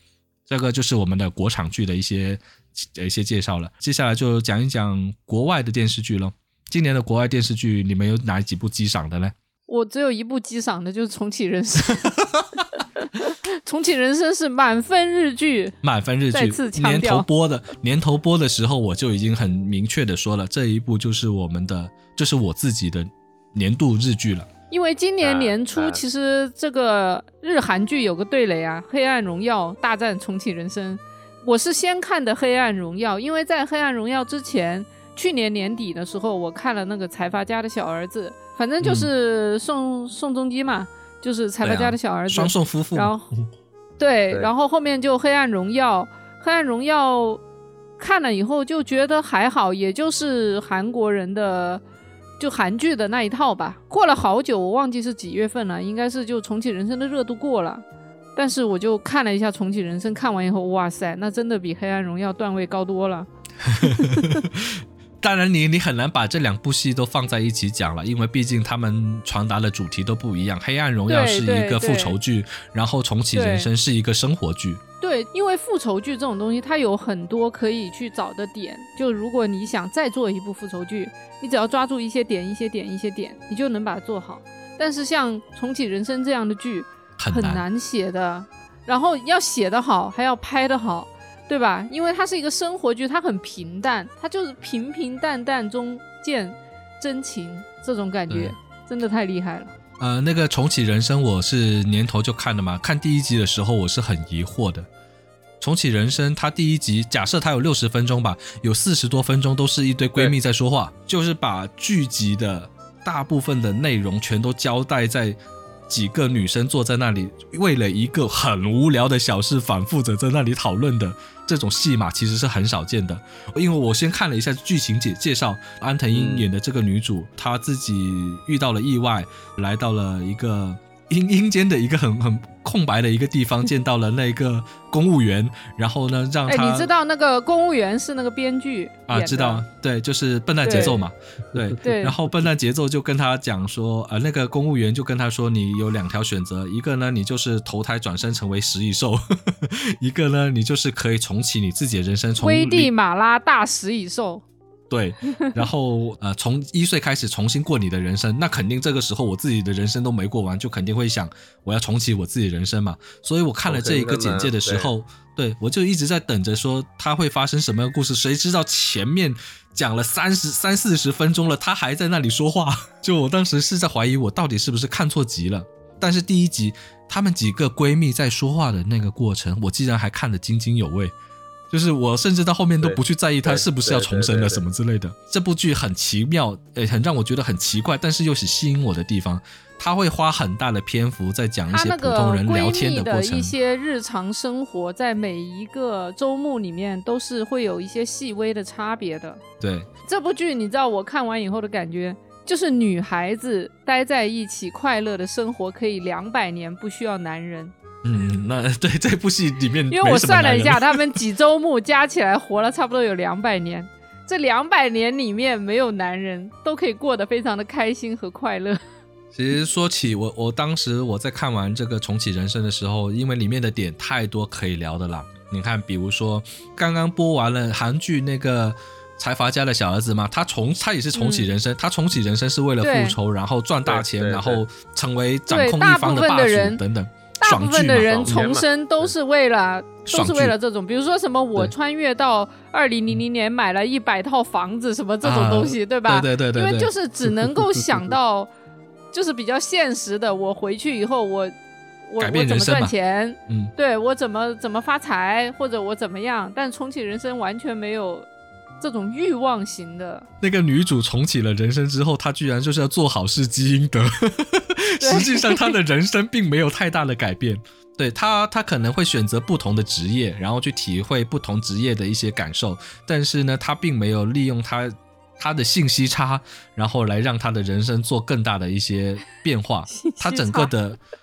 Speaker 3: 这个就是我们的国产剧的一些一些介绍了。接下来就讲一讲国外的电视剧咯。今年的国外电视剧你们有哪几部激赏的呢？
Speaker 1: 我只有一部激赏的，就是重启人生。重启人生是满分日剧，
Speaker 3: 满分日剧，
Speaker 1: 再次强调
Speaker 3: 年头播的年头播的时候我就已经很明确的说了，这一部就是我们的就是我自己的年度日剧了。
Speaker 1: 因为今年年初其实这个日韩剧有个对垒啊，黑暗荣耀大战重启人生。我是先看的黑暗荣耀，因为在黑暗荣耀之前去年年底的时候我看了那个财阀家的小儿子，反正就是宋、嗯、宋仲基嘛，就是财阀家的小儿子、
Speaker 3: 啊、双宋夫妇。
Speaker 1: 然后对, 对，然后后面就黑暗荣耀，黑暗荣耀看了以后就觉得还好，也就是韩国人的就韩剧的那一套吧。过了好久我忘记是几月份了，应该是就重启人生的热度过了，但是我就看了一下重启人生，看完以后哇塞，那真的比黑暗荣耀段位高多了。
Speaker 3: 当然你你很难把这两部戏都放在一起讲了，因为毕竟他们传达的主题都不一样。黑暗荣耀是一个复仇剧，然后重启人生是一个生活剧。
Speaker 1: 对，因为复仇剧这种东西它有很多可以去找的点，就如果你想再做一部复仇剧，你只要抓住一些点一些点一些点，你就能把它做好。但是像重启人生这样的剧很难写的，然后要写得好还要拍得好，对吧？因为它是一个生活剧，它很平淡，它就是平平淡淡中见真情，这种感觉真的太厉害了。
Speaker 3: 呃，那个重启人生我是年头就看的嘛，看第一集的时候我是很疑惑的。重启人生它第一集假设它有六十分钟吧，有四十多分钟都是一堆闺蜜在说话，就是把剧集的大部分的内容全都交代在几个女生坐在那里为了一个很无聊的小事反复着在那里讨论的这种戏码其实是很少见的。因为我先看了一下剧情介介绍，安藤樱演的这个女主、嗯、她自己遇到了意外，来到了一个阴阴间的一个很很空白的一个地方，见到了那个公务员，然后呢让他、
Speaker 1: 欸、你知道那个公务员是那个编剧
Speaker 3: 啊？知道，对，就是笨蛋节奏嘛，对 对, 对。然后笨蛋节奏就跟他讲说，呃，那个公务员就跟他说，你有两条选择，一个呢你就是投胎转生成为食蚁兽，一个呢你就是可以重启你自己的人生，从
Speaker 1: 危地马拉大食蚁兽。
Speaker 3: 对，然后呃，从一岁开始重新过你的人生，那肯定这个时候我自己的人生都没过完，就肯定会想我要重启我自己的人生嘛。所以我看了这一个简介的时候，对, 对我就一直在等着说它会发生什么样的故事，谁知道前面讲了三十三四十分钟了，他还在那里说话，就我当时是在怀疑我到底是不是看错集了。但是第一集她们几个闺蜜在说话的那个过程，我竟然还看得津津有味。就是我甚至到后面都不去在意它是不是要重生了什么之类的。这部剧很奇妙，诶，很让我觉得很奇怪，但是又是吸引我的地方。他会花很大的篇幅在讲一些普通人聊天的过程，
Speaker 1: 的一些日常生活，在每一个周目里面都是会有一些细微的差别的。
Speaker 3: 对，
Speaker 1: 这部剧你知道我看完以后的感觉，就是女孩子待在一起快乐的生活可以两百年不需要男人。
Speaker 3: 嗯，那对这部戏里面没什么男人，
Speaker 1: 因为我算了一下，他们几周目加起来活了差不多有两百年，这两百年里面没有男人，都可以过得非常的开心和快乐。
Speaker 3: 其实说起我，我当时我在看完这个重启人生的时候，因为里面的点太多可以聊的啦。你看，比如说刚刚播完了韩剧那个财阀家的小儿子嘛，他重他也是重启人生、嗯、他重启人生是为了复仇，然后赚大钱，然后成为掌控一方的霸主等等。
Speaker 1: 大部分的人重生都是为了都是为了这种，比如说什么我穿越到二零零零年买了一百套房子什么这种东西、啊、对吧？
Speaker 3: 对对 对, 对, 对，
Speaker 1: 因为就是只能够想到就是比较现实的，我回去以后我我
Speaker 3: 改变人生嘛，
Speaker 1: 我怎么赚钱，
Speaker 3: 嗯，
Speaker 1: 对，我怎么怎么发财，或者我怎么样，但重启人生完全没有这种欲望型的。
Speaker 3: 那个女主重启了人生之后，她居然就是要做好事积阴德，实际上她的人生并没有太大的改变。对，她她可能会选择不同的职业，然后去体会不同职业的一些感受，但是呢，她并没有利用她她的信息差，然后来让她的人生做更大的一些变化。她整个的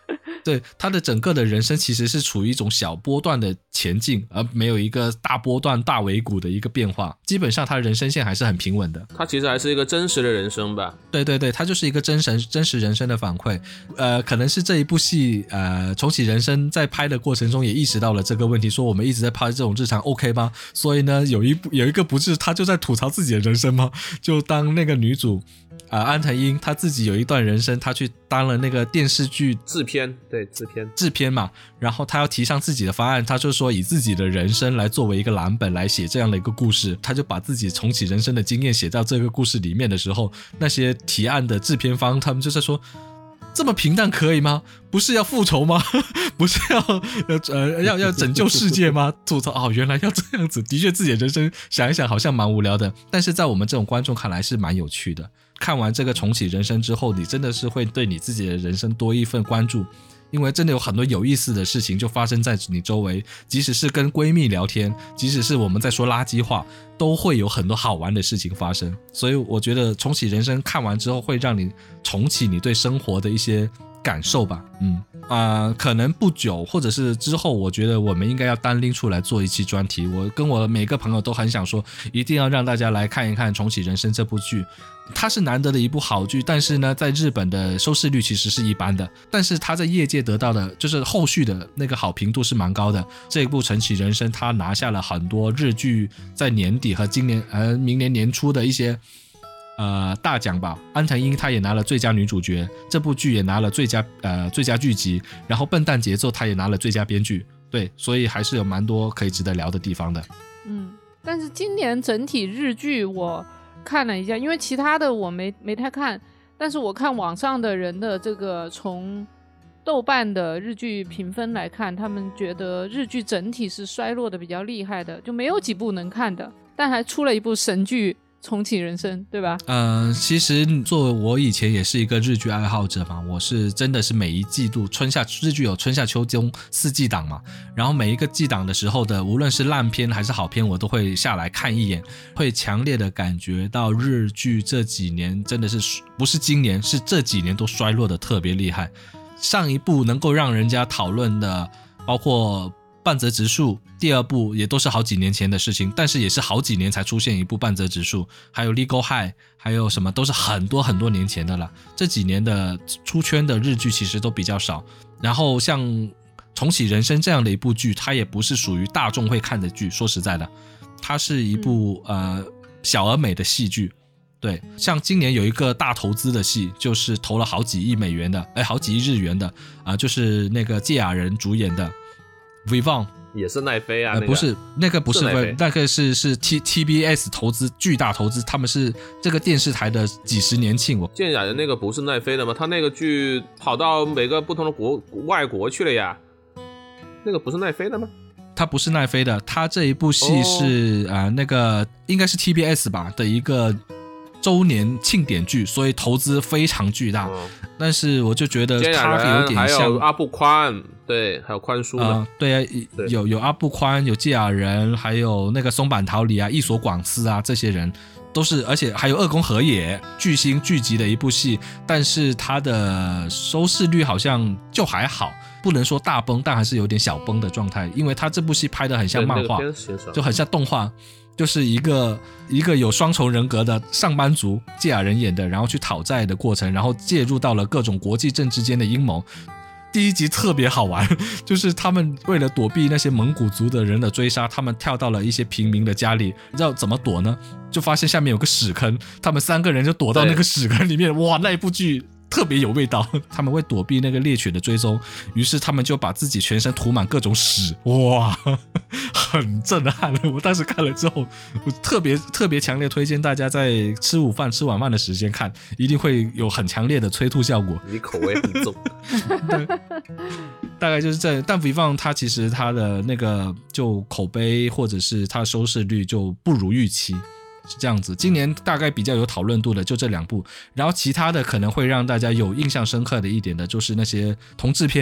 Speaker 3: 对，他的整个的人生其实是处于一种小波段的前进，而没有一个大波段大尾谷的一个变化，基本上他人生线还是很平稳的。
Speaker 2: 他其实还是一个真实的人生吧。
Speaker 3: 对对对，他就是一个真实真实人生的反馈。呃，可能是这一部戏呃重启人生在拍的过程中也意识到了这个问题，说我们一直在拍这种日常 OK 吗？所以呢有一有一个不是他就在吐槽自己的人生吗？就当那个女主呃，安藤樱她自己有一段人生，她去当了那个电视剧
Speaker 2: 制片，对，制片
Speaker 3: 制片嘛，然后她要提上自己的方案，她就说以自己的人生来作为一个蓝本来写这样的一个故事，她就把自己重启人生的经验写到这个故事里面的时候，那些提案的制片方他们就在说，这么平淡可以吗？不是要复仇吗？不是要呃要要拯救世界吗？吐槽哦，原来要这样子，的确自己的人生想一想好像蛮无聊的，但是在我们这种观众看来是蛮有趣的。看完这个重启人生之后，你真的是会对你自己的人生多一份关注，因为真的有很多有意思的事情就发生在你周围，即使是跟闺蜜聊天，即使是我们在说垃圾话，都会有很多好玩的事情发生。所以我觉得重启人生看完之后会让你重启你对生活的一些感受吧。嗯啊、呃，可能不久或者是之后，我觉得我们应该要单拎出来做一期专题。我跟我每个朋友都很想说，一定要让大家来看一看《重启人生》这部剧。它是难得的一部好剧，但是呢，在日本的收视率其实是一般的，但是它在业界得到的就是后续的那个好评度是蛮高的。这一部《重启人生》它拿下了很多日剧在年底和今年呃明年年初的一些呃大奖吧。安藤樱她也拿了最佳女主角，这部剧也拿了最佳呃最佳剧集，然后笨蛋节奏她也拿了最佳编剧。对，所以还是有蛮多可以值得聊的地方的。
Speaker 1: 嗯，但是今年整体日剧我看了一下，因为其他的我没没太看，但是我看网上的人的这个从豆瓣的日剧评分来看，他们觉得日剧整体是衰落的比较厉害的，就没有几部能看的，但还出了一部神剧重启人生，对吧？
Speaker 3: 嗯、呃，其实作为我以前也是一个日剧爱好者嘛，我是真的是每一季度春夏日剧有春夏秋冬四季档嘛，然后每一个季档的时候的无论是烂片还是好片我都会下来看一眼，会强烈的感觉到日剧这几年真的是不是今年是这几年都衰落的特别厉害。上一部能够让人家讨论的包括半泽直树，第二部也都是好几年前的事情，但是也是好几年才出现一部半泽直树，还有 Legal High， 还有什么都是很多很多年前的了。这几年的出圈的日剧其实都比较少，然后像重启人生这样的一部剧，它也不是属于大众会看的剧，说实在的，它是一部、嗯、呃小而美的戏剧。对，像今年有一个大投资的戏，就是投了好几亿美元的，哎，好几亿日元的啊、呃，就是那个芥雅人主演的 Vivon，
Speaker 2: 也是奈飞啊、呃，
Speaker 3: 不是那个不是，是那个是是 T T B S 投资巨大投资，他们是这个电视台的几十年庆。我
Speaker 2: 芥雅人那个不是奈飞的吗？他那个剧跑到每个不同的国外国去了呀，那个不是奈飞的吗？
Speaker 3: 它不是奈飞的，它这一部戏是啊、哦呃、那个应该是 T B S 吧的一个周年庆典剧，所以投资非常巨大、哦、但是我就觉得它有点像，
Speaker 2: 还有阿部宽，对，还有宽叔的、呃、
Speaker 3: 对啊，对，有有阿部宽，有芥雅人，还有那个松坂桃李啊，一所广司啊，这些人都是，而且还有二宫和也巨星聚集的一部戏，但是它的收视率好像就还好，不能说大崩，但还是有点小崩的状态，因为它这部戏拍得很像漫画、那個、就很像动画，就是一个一个有双重人格的上班族，芥雅人演的，然后去讨债的过程，然后介入到了各种国际政治间的阴谋。第一集特别好玩，就是他们为了躲避那些蒙古族的人的追杀，他们跳到了一些平民的家里，你知道怎么躲呢？就发现下面有个屎坑，他们三个人就躲到那个屎坑里面，哇，那一部剧特别有味道。他们为躲避那个猎犬的追踪，于是他们就把自己全身涂满各种屎，哇，很震撼。我当时看了之后，我特别特别强烈推荐大家在吃午饭吃晚饭的时间看，一定会有很强烈的催吐效果。
Speaker 2: 你口味很重。
Speaker 3: 对，大概就是这样。但 Vivon 它其实它的那个就口碑或者是它的收视率就不如预期，是这样子。今年大概比较有讨论度的就这两部，然后其他的可能会让大家有印象深刻的一点的就是那些同志片，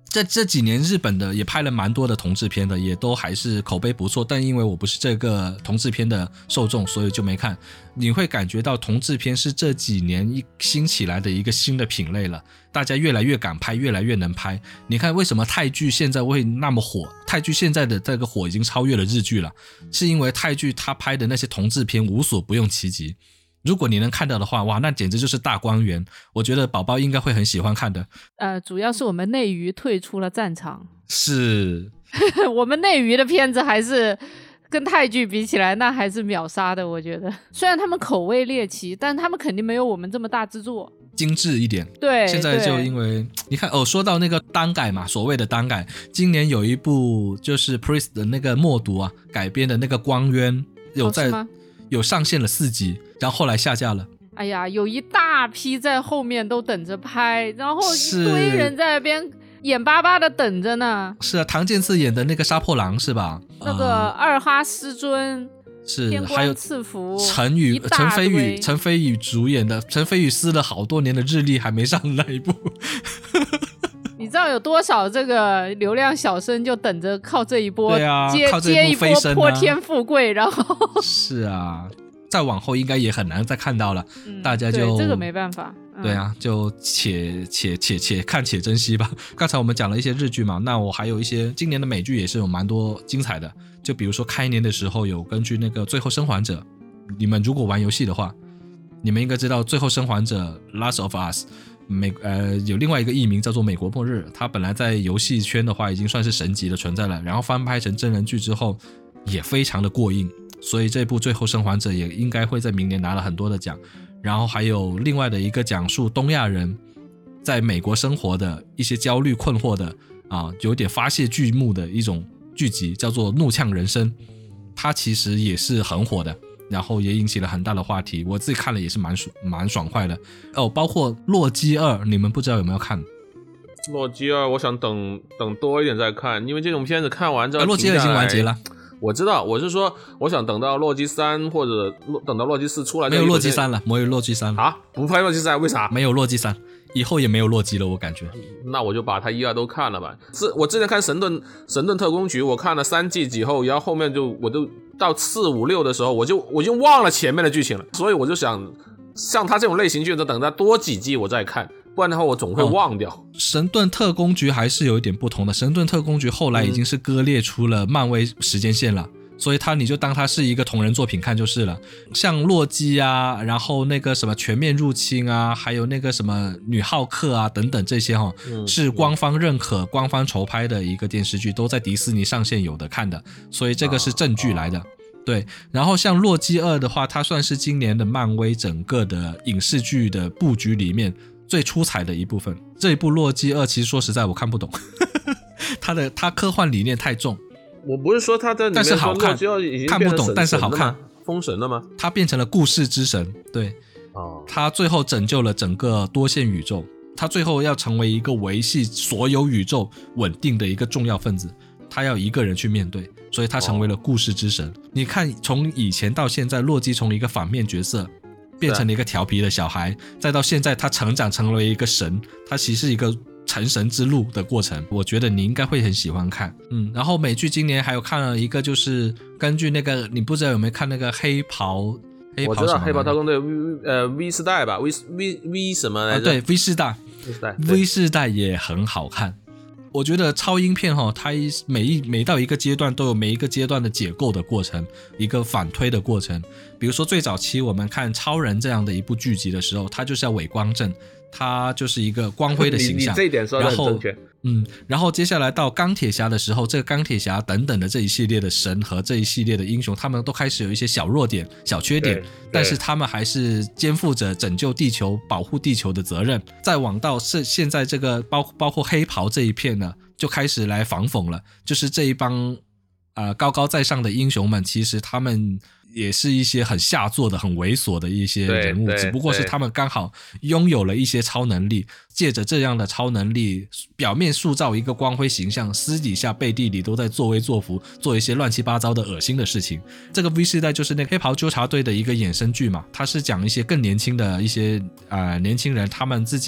Speaker 3: 这这几年日本的也拍了蛮多的同志片的，也都还是口碑不错，但因为我不是这个同志片的受众，所以就没看。你会感觉到同志片是这几年一兴起来的一个新的品类了，大家越来越敢拍，越来越能拍。你看为什么泰剧现在会那么火，泰剧现在的这个火已经超越了日剧了，是因为泰剧他拍的那些同志片无所不用其极。如果你能看到的话，哇，那简直就是大观园，我觉得宝宝应该会很喜欢看的。
Speaker 1: 呃，主要是我们内娱退出了战场。
Speaker 3: 是
Speaker 1: 我们内娱的片子还是跟泰剧比起来那还是秒杀的，我觉得虽然他们口味猎奇，但他们肯定没有我们这么大制作，
Speaker 3: 精致一点。
Speaker 1: 对，
Speaker 3: 现在就因为你看哦，说到那个单改嘛，所谓的单改，今年有一部就是 Priest 的那个默读啊改编的那个光渊，有在、
Speaker 1: 哦、
Speaker 3: 有上线了四集，然后后来下架了。
Speaker 1: 哎呀，有一大批在后面都等着拍，然后一堆人在那边眼巴巴的等着呢。
Speaker 3: 是啊，唐健次演的那个杀破狼是吧？
Speaker 1: 那个二哈师尊、呃、
Speaker 3: 是，还有
Speaker 1: 赐福
Speaker 3: 陈宇、陈飞宇、陈飞宇主演的，陈飞宇撕了好多年的日历还没上那一部。
Speaker 1: 你知道有多少这个流量小生就等着靠这一波，
Speaker 3: 对啊，
Speaker 1: 接
Speaker 3: 靠这一波飞升啊，
Speaker 1: 接一波泼天富贵，然后
Speaker 3: 是啊，再往后应该也很难再看到了，
Speaker 1: 嗯、
Speaker 3: 大家就
Speaker 1: 对这个没办法。嗯、
Speaker 3: 对啊，就且且且且看且珍惜吧。刚才我们讲了一些日剧嘛，那我还有一些今年的美剧也是有蛮多精彩的，就比如说开年的时候有根据那个《最后生还者》，你们如果玩游戏的话，你们应该知道《最后生还者》Last of Us。美呃有另外一个译名叫做美国末日，它本来在游戏圈的话已经算是神级的存在了，然后翻拍成真人剧之后也非常的过硬，所以这部最后生还者也应该会在明年拿了很多的奖。然后还有另外的一个讲述东亚人在美国生活的一些焦虑困惑的啊，有点发泄剧目的一种剧集，叫做怒呛人生，它其实也是很火的，然后也引起了很大的话题，我自己看了也是蛮蛮爽快的哦。包括洛基二，你们不知道有没有看？
Speaker 2: 洛基二我想等等多一点再看，因为这种片子看完之后、
Speaker 3: 啊、洛基二已经完结了。
Speaker 2: 我知道，我是说我想等到洛基三或者等到洛基四出来。
Speaker 3: 没有洛基三了，没有洛基三了
Speaker 2: 啊？不拍洛基三为啥？
Speaker 3: 没有洛基三，以后也没有洛基了，我感觉。
Speaker 2: 那我就把它一二都看了吧。是我之前看神盾神盾特工局，我看了三季几后，然后后面就我就到四五六的时候，我就我就忘了前面的剧情了，所以我就想像他这种类型剧，就等它多几季我再看。不然的话我总会忘掉、哦、
Speaker 3: 神盾特工局还是有一点不同的，神盾特工局后来已经是割裂出了漫威时间线了、嗯、所以它你就当它是一个同人作品看就是了。像洛基啊，然后那个什么全面入侵啊，还有那个什么女浩克啊等等这些、哦嗯、是官方认可、嗯、官方筹拍的一个电视剧，都在迪士尼上线有的看的，所以这个是正剧来的、啊啊、对。然后像洛基二的话，它算是今年的漫威整个的影视剧的布局里面最出彩的一部分。这一部洛基二其实说实在我看不懂他的他科幻理念太重。
Speaker 2: 我不是说他在里面说洛基二已经变成神神了吗？
Speaker 3: 看不懂但是好看，
Speaker 2: 封神了吗？
Speaker 3: 他变成了故事之神，对、哦、他最后拯救了整个多线宇宙，他最后要成为一个维系所有宇宙稳定的一个重要分子，他要一个人去面对，所以他成为了故事之神、哦、你看从以前到现在，洛基从一个反面角色变成了一个调皮的小孩，再到现在他成长成为一个神，他其实是一个成神之路的过程，我觉得你应该会很喜欢看。嗯，然后美剧今年还有看了一个，就是根据那个，你不知道有没有看那个黑袍？黑袍
Speaker 2: 我知道黑袍特工队，呃 V 世代吧 ，V V V 什么来着、
Speaker 3: 啊？对 V 世代
Speaker 2: ，V 世代
Speaker 3: ，V 世代也很好看。我觉得超英片哈，它每一每到一个阶段都有每一个阶段的解构的过程，一个反推的过程。比如说最早期我们看超人这样的一部剧集的时候，它就是要伪光正，它就是一个光辉的形象。
Speaker 2: 你, 你这一点说得很正确。
Speaker 3: 嗯，然后接下来到钢铁侠的时候，这个钢铁侠等等的这一系列的神和这一系列的英雄，他们都开始有一些小弱点、小缺点，但是他们还是肩负着拯救地球、保护地球的责任。再往到是现在这个包包括黑袍这一片呢，就开始来反讽了，就是这一帮呃高高在上的英雄们，其实他们也是一些很下作的很猥琐的一些人物，只不过是他们刚好拥有了一些超能力，借着这样的超能力表面塑造一个光辉形象，私底下背地里都在作威作福，做一些乱七八糟的恶心的事情。这个 V 世代就是那个黑袍纠察队的一个衍生剧嘛，它是讲一些更年轻的一些呃年轻人，他们自己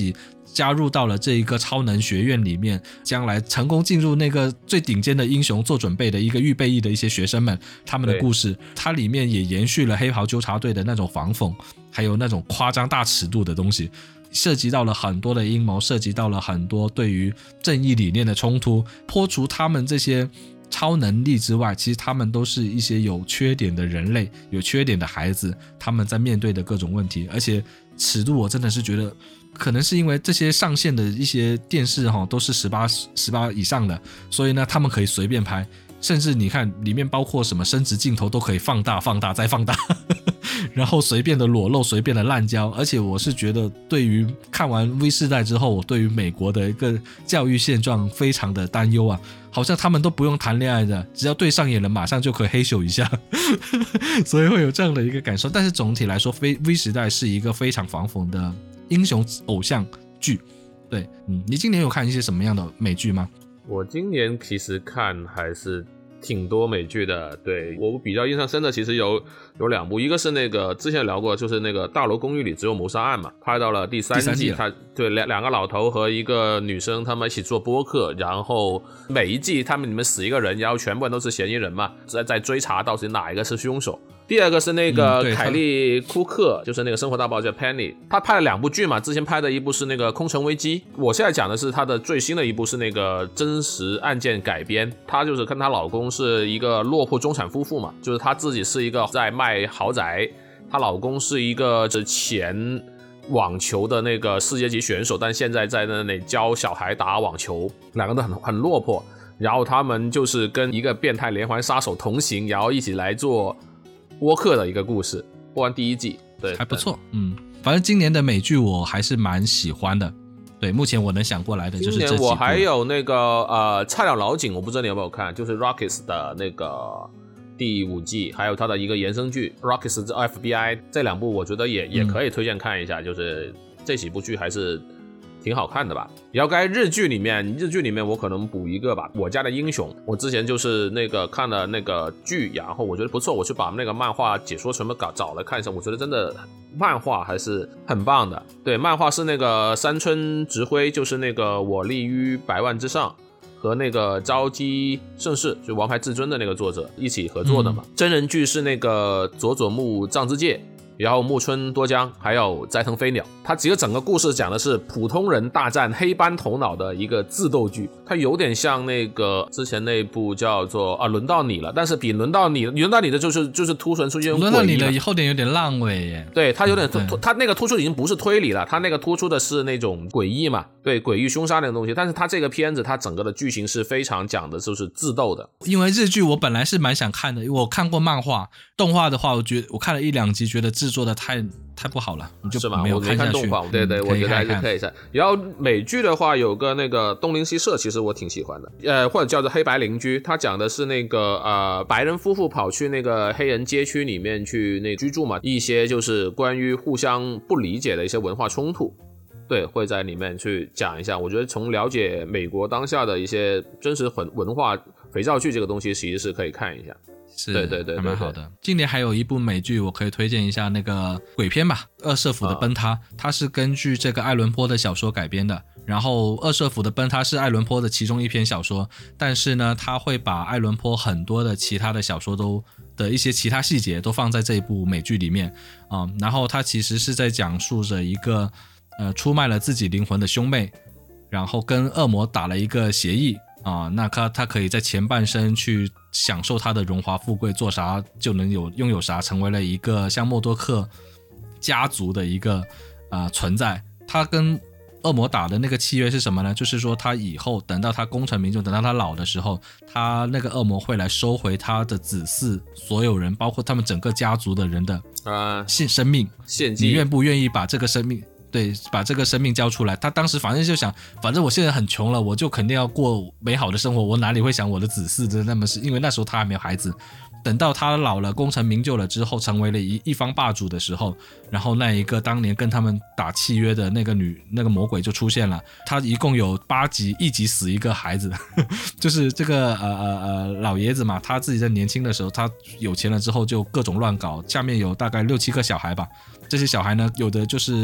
Speaker 3: 加入到了这一个超能学院里面，将来成功进入那个最顶尖的英雄做准备的一个预备役的一些学生们，他们的故事，它里面也延续了黑袍纠察队的那种反讽，还有那种夸张大尺度的东西，涉及到了很多的阴谋，涉及到了很多对于正义理念的冲突。破除他们这些超能力之外，其实他们都是一些有缺点的人类，有缺点的孩子，他们在面对的各种问题。而且尺度我真的是觉得可能是因为这些上线的一些电视都是十八以上的，所以呢他们可以随便拍，甚至你看里面包括什么生殖镜头都可以放大放大再放大然后随便的裸露，随便的滥交。而且我是觉得对于看完 V 世代之后，我对于美国的一个教育现状非常的担忧啊，好像他们都不用谈恋爱的，只要对上眼了马上就可以黑咻一下所以会有这样的一个感受。但是总体来说 V 时代是一个非常反讽的英雄偶像剧。对，嗯，你今年有看一些什么样的美剧吗？
Speaker 2: 我今年其实看还是挺多美剧的。对，我比较印象深的其实有有两部，一个是那个之前聊过，就是那个大楼公寓里只有谋杀案嘛，拍到了第三季，
Speaker 3: 第三季
Speaker 2: 他对两两个老头和一个女生他们一起做播客，然后每一季他们里面死一个人，然后全部人都是嫌疑人嘛，在在追查到底哪一个是凶手。第二个是那个凯利库克，就是那个生活大爆炸 Penny， 他拍了两部剧嘛，之前拍的一部是那个空城危机，我现在讲的是他的最新的一部是那个真实案件改编。她就是跟她老公是一个落魄中产夫妇嘛，就是她自己是一个在卖豪宅，她老公是一个前网球的那个世界级选手，但现在在那里教小孩打网球，两个都很很落魄，然后他们就是跟一个变态连环杀手同行，然后一起来做播客的一个故事。播完第一季，对，
Speaker 3: 还不错。嗯，反正今年的美剧我还是蛮喜欢的。对，目前我能想过来的就是这几部。
Speaker 2: 今年我还有那个呃菜鸟老警，我不知道你有没有看，就是 Rockies 的那个第五季，还有它的一个延伸剧 Rockies F B I， 这两部我觉得也也可以推荐看一下，嗯、就是这几部剧还是挺好看的吧。然后该日剧里面，日剧里面我可能补一个吧，我家的英雄。我之前就是那个看了那个剧，然后我觉得不错，我去把那个漫画解说全部搞找来看一下，我觉得真的漫画还是很棒的。对，漫画是那个山村直辉，就是那个我立于百万之上和那个朝姬盛世，就王牌至尊的那个作者一起合作的嘛。嗯、真人剧是那个佐佐木藏之介，然后木村多江还有斋藤飞鸟。它其实整个故事讲的是普通人大战黑斑头脑的一个智斗剧，它有点像那个之前那部叫做啊轮到你了，但是比轮到你轮到你的就是就是突纯出现
Speaker 3: 轮到你了后点有点烂尾耶。
Speaker 2: 对，它有点突它那个突出已经不是推理了，它那个突出的是那种诡异嘛，对，诡异凶杀那种东西。但是它这个片子它整个的剧情是非常讲的就是智斗的。
Speaker 3: 因为日剧我本来是蛮想看的，我看过漫画，动画的话我觉得我看了一两集，觉得制作的太太不好了，你就没有看下去。
Speaker 2: 我没看动画，对对，
Speaker 3: 嗯、
Speaker 2: 我觉得还是可以看。然后美剧的话，有个那个东邻西舍，其实我挺喜欢的，呃，或者叫做黑白邻居，它讲的是那个呃白人夫妇跑去那个黑人街区里面去那居住嘛，一些就是关于互相不理解的一些文化冲突。对，会在里面去讲一下。我觉得从了解美国当下的一些真实文化肥皂剧这个东西，其实是可以看一下。
Speaker 3: 是，
Speaker 2: 对对 对, 对，
Speaker 3: 还蛮好的。今年还有一部美剧，我可以推荐一下，那个鬼片吧，二社府的崩塌，它是根据这个爱伦坡的小说改编的。然后二社府的崩塌是爱伦坡的其中一篇小说，但是呢，他会把爱伦坡很多的其他的小说都的一些其他细节都放在这一部美剧里面啊、嗯。然后他其实是在讲述着一个呃出卖了自己灵魂的兄妹，然后跟恶魔打了一个协议。啊，那他他可以在前半生去享受他的荣华富贵，做啥就能有拥有啥，成为了一个像默多克家族的一个啊、呃、存在。他跟恶魔打的那个契约是什么呢？就是说他以后等到他功成名就，等到他老的时候，他那个恶魔会来收回他的子嗣所有人，包括他们整个家族的人的啊生命，
Speaker 2: 献祭，
Speaker 3: 你愿不愿意把这个生命？对，把这个生命交出来。他当时反正就想，反正我现在很穷了，我就肯定要过美好的生活，我哪里会想我的子嗣的那么是，因为那时候他还没有孩子。等到他老了，功成名就了之后，成为了一一方霸主的时候，然后那一个当年跟他们打契约的那个女那个魔鬼就出现了。他一共有八集，一集死一个孩子，就是这个呃呃呃老爷子嘛，他自己在年轻的时候，他有钱了之后就各种乱搞，下面有大概六七个小孩吧。这些小孩呢，有的就是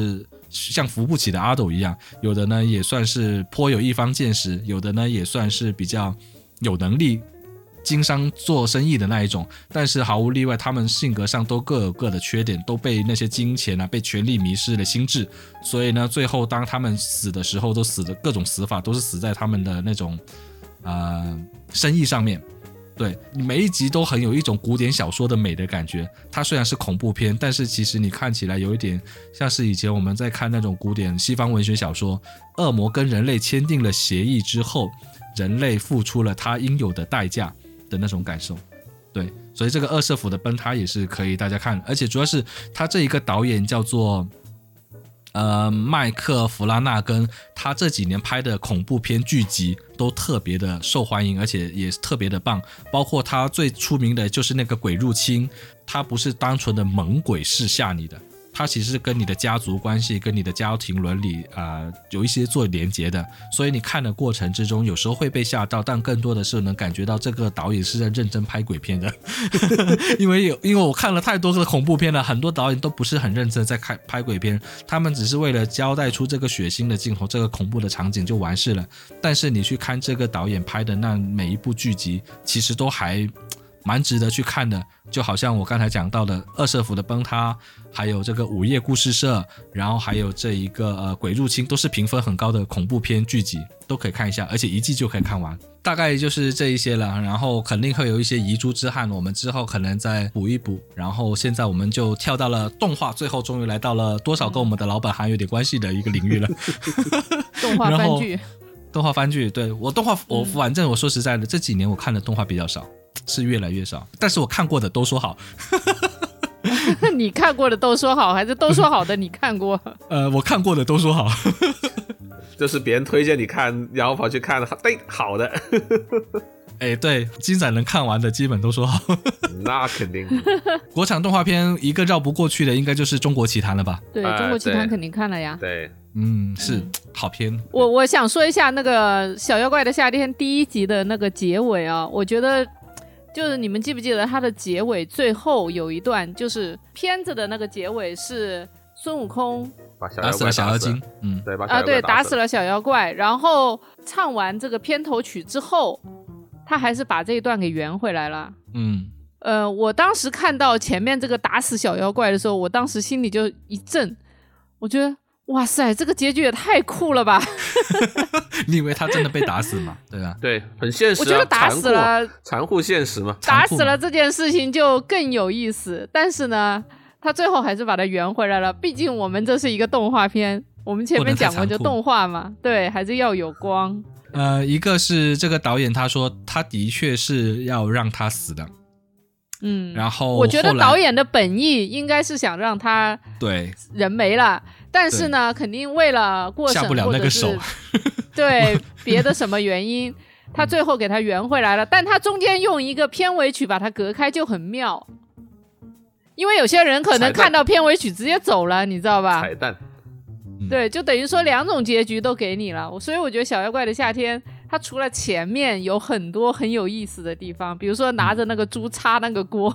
Speaker 3: 像扶不起的阿斗一样，有的呢也算是颇有一方见识，有的呢也算是比较有能力经商做生意的那一种，但是毫无例外他们性格上都各有各的缺点，都被那些金钱啊被权力迷失了心智，所以呢最后当他们死的时候都死的各种死法都是死在他们的那种呃生意上面。对，每一集都很有一种古典小说的美的感觉，它虽然是恐怖片，但是其实你看起来有一点像是以前我们在看那种古典西方文学小说，恶魔跟人类签订了协议之后，人类付出了他应有的代价的那种感受。对，所以这个二社府的崩塌也是可以大家看，而且主要是他这一个导演叫做呃，麦克弗拉纳根，他这几年拍的恐怖片剧集都特别的受欢迎，而且也特别的棒，包括他最出名的就是那个鬼入侵，他不是单纯的猛鬼式吓你的，它其实是跟你的家族关系跟你的家庭伦理、呃、有一些做连结的，所以你看的过程之中有时候会被吓到，但更多的是能感觉到这个导演是在认真拍鬼片的因为有因为我看了太多的恐怖片了，很多导演都不是很认真在拍鬼片，他们只是为了交代出这个血腥的镜头这个恐怖的场景就完事了，但是你去看这个导演拍的那每一部剧集其实都还蛮值得去看的，就好像我刚才讲到的二社府的崩塌，还有这个午夜故事社，然后还有这一个呃鬼入侵，都是评分很高的恐怖片剧集，都可以看一下，而且一季就可以看完，大概就是这一些了，然后肯定会有一些遗珠之憾，我们之后可能再补一补，然后现在我们就跳到了动画，最后终于来到了多少跟我们的老板还有点关系的一个领域了
Speaker 1: 动画番剧
Speaker 3: 动画番剧，对，我动画我反正我说实在的，这几年我看的动画比较少，是越来越少，但是我看过的都说好
Speaker 1: 你看过的都说好，还是都说好的你看过
Speaker 3: 呃，我看过的都说好
Speaker 2: 就是别人推荐你看然后跑去看对好的
Speaker 3: 哎，对，金仔能看完的基本都说好
Speaker 2: 那肯定
Speaker 3: 国产动画片一个绕不过去的应该就是中国奇谭了吧？
Speaker 1: 对，中国奇谭肯定看了呀。
Speaker 2: 对，
Speaker 3: 嗯，是好片。
Speaker 1: 我我想说一下那个小妖怪的夏天第一集的那个结尾啊，我觉得就是你们记不记得它的结尾最后有一段，就是片子的那个结尾是孙悟空
Speaker 3: 打死了小妖精，嗯，
Speaker 2: 对，把
Speaker 1: 啊对，打死了小妖怪，然后唱完这个片头曲之后，他还是把这一段给圆回来了。
Speaker 3: 嗯，
Speaker 1: 呃，我当时看到前面这个打死小妖怪的时候，我当时心里就一震，我觉得哇塞，这个结局也太酷了吧
Speaker 3: 你以为他真的被打死吗？对啊，
Speaker 2: 对，很现实、啊、
Speaker 1: 我觉得打死了
Speaker 2: 残酷现实嘛，
Speaker 1: 打死了这件事情就更有意思，但是呢他最后还是把它圆回来了，毕竟我们这是一个动画片，我们前面讲过就动画嘛，对，还是要有光。
Speaker 3: 呃，一个是这个导演他说他的确是要让他死的，
Speaker 1: 嗯，
Speaker 3: 然后
Speaker 1: 我觉得导演的本意应该是想让他
Speaker 3: 对
Speaker 1: 人没了，但是呢肯定为了过审
Speaker 3: 下不了那个手
Speaker 1: 对别的什么原因他最后给他圆回来了，但他中间用一个片尾曲把它隔开就很妙，因为有些人可能看到片尾曲直接走了，你知道吧？
Speaker 2: 彩蛋，
Speaker 1: 对，就等于说两种结局都给你了，所以我觉得小妖怪的夏天它除了前面有很多很有意思的地方，比如说拿着那个猪插那个锅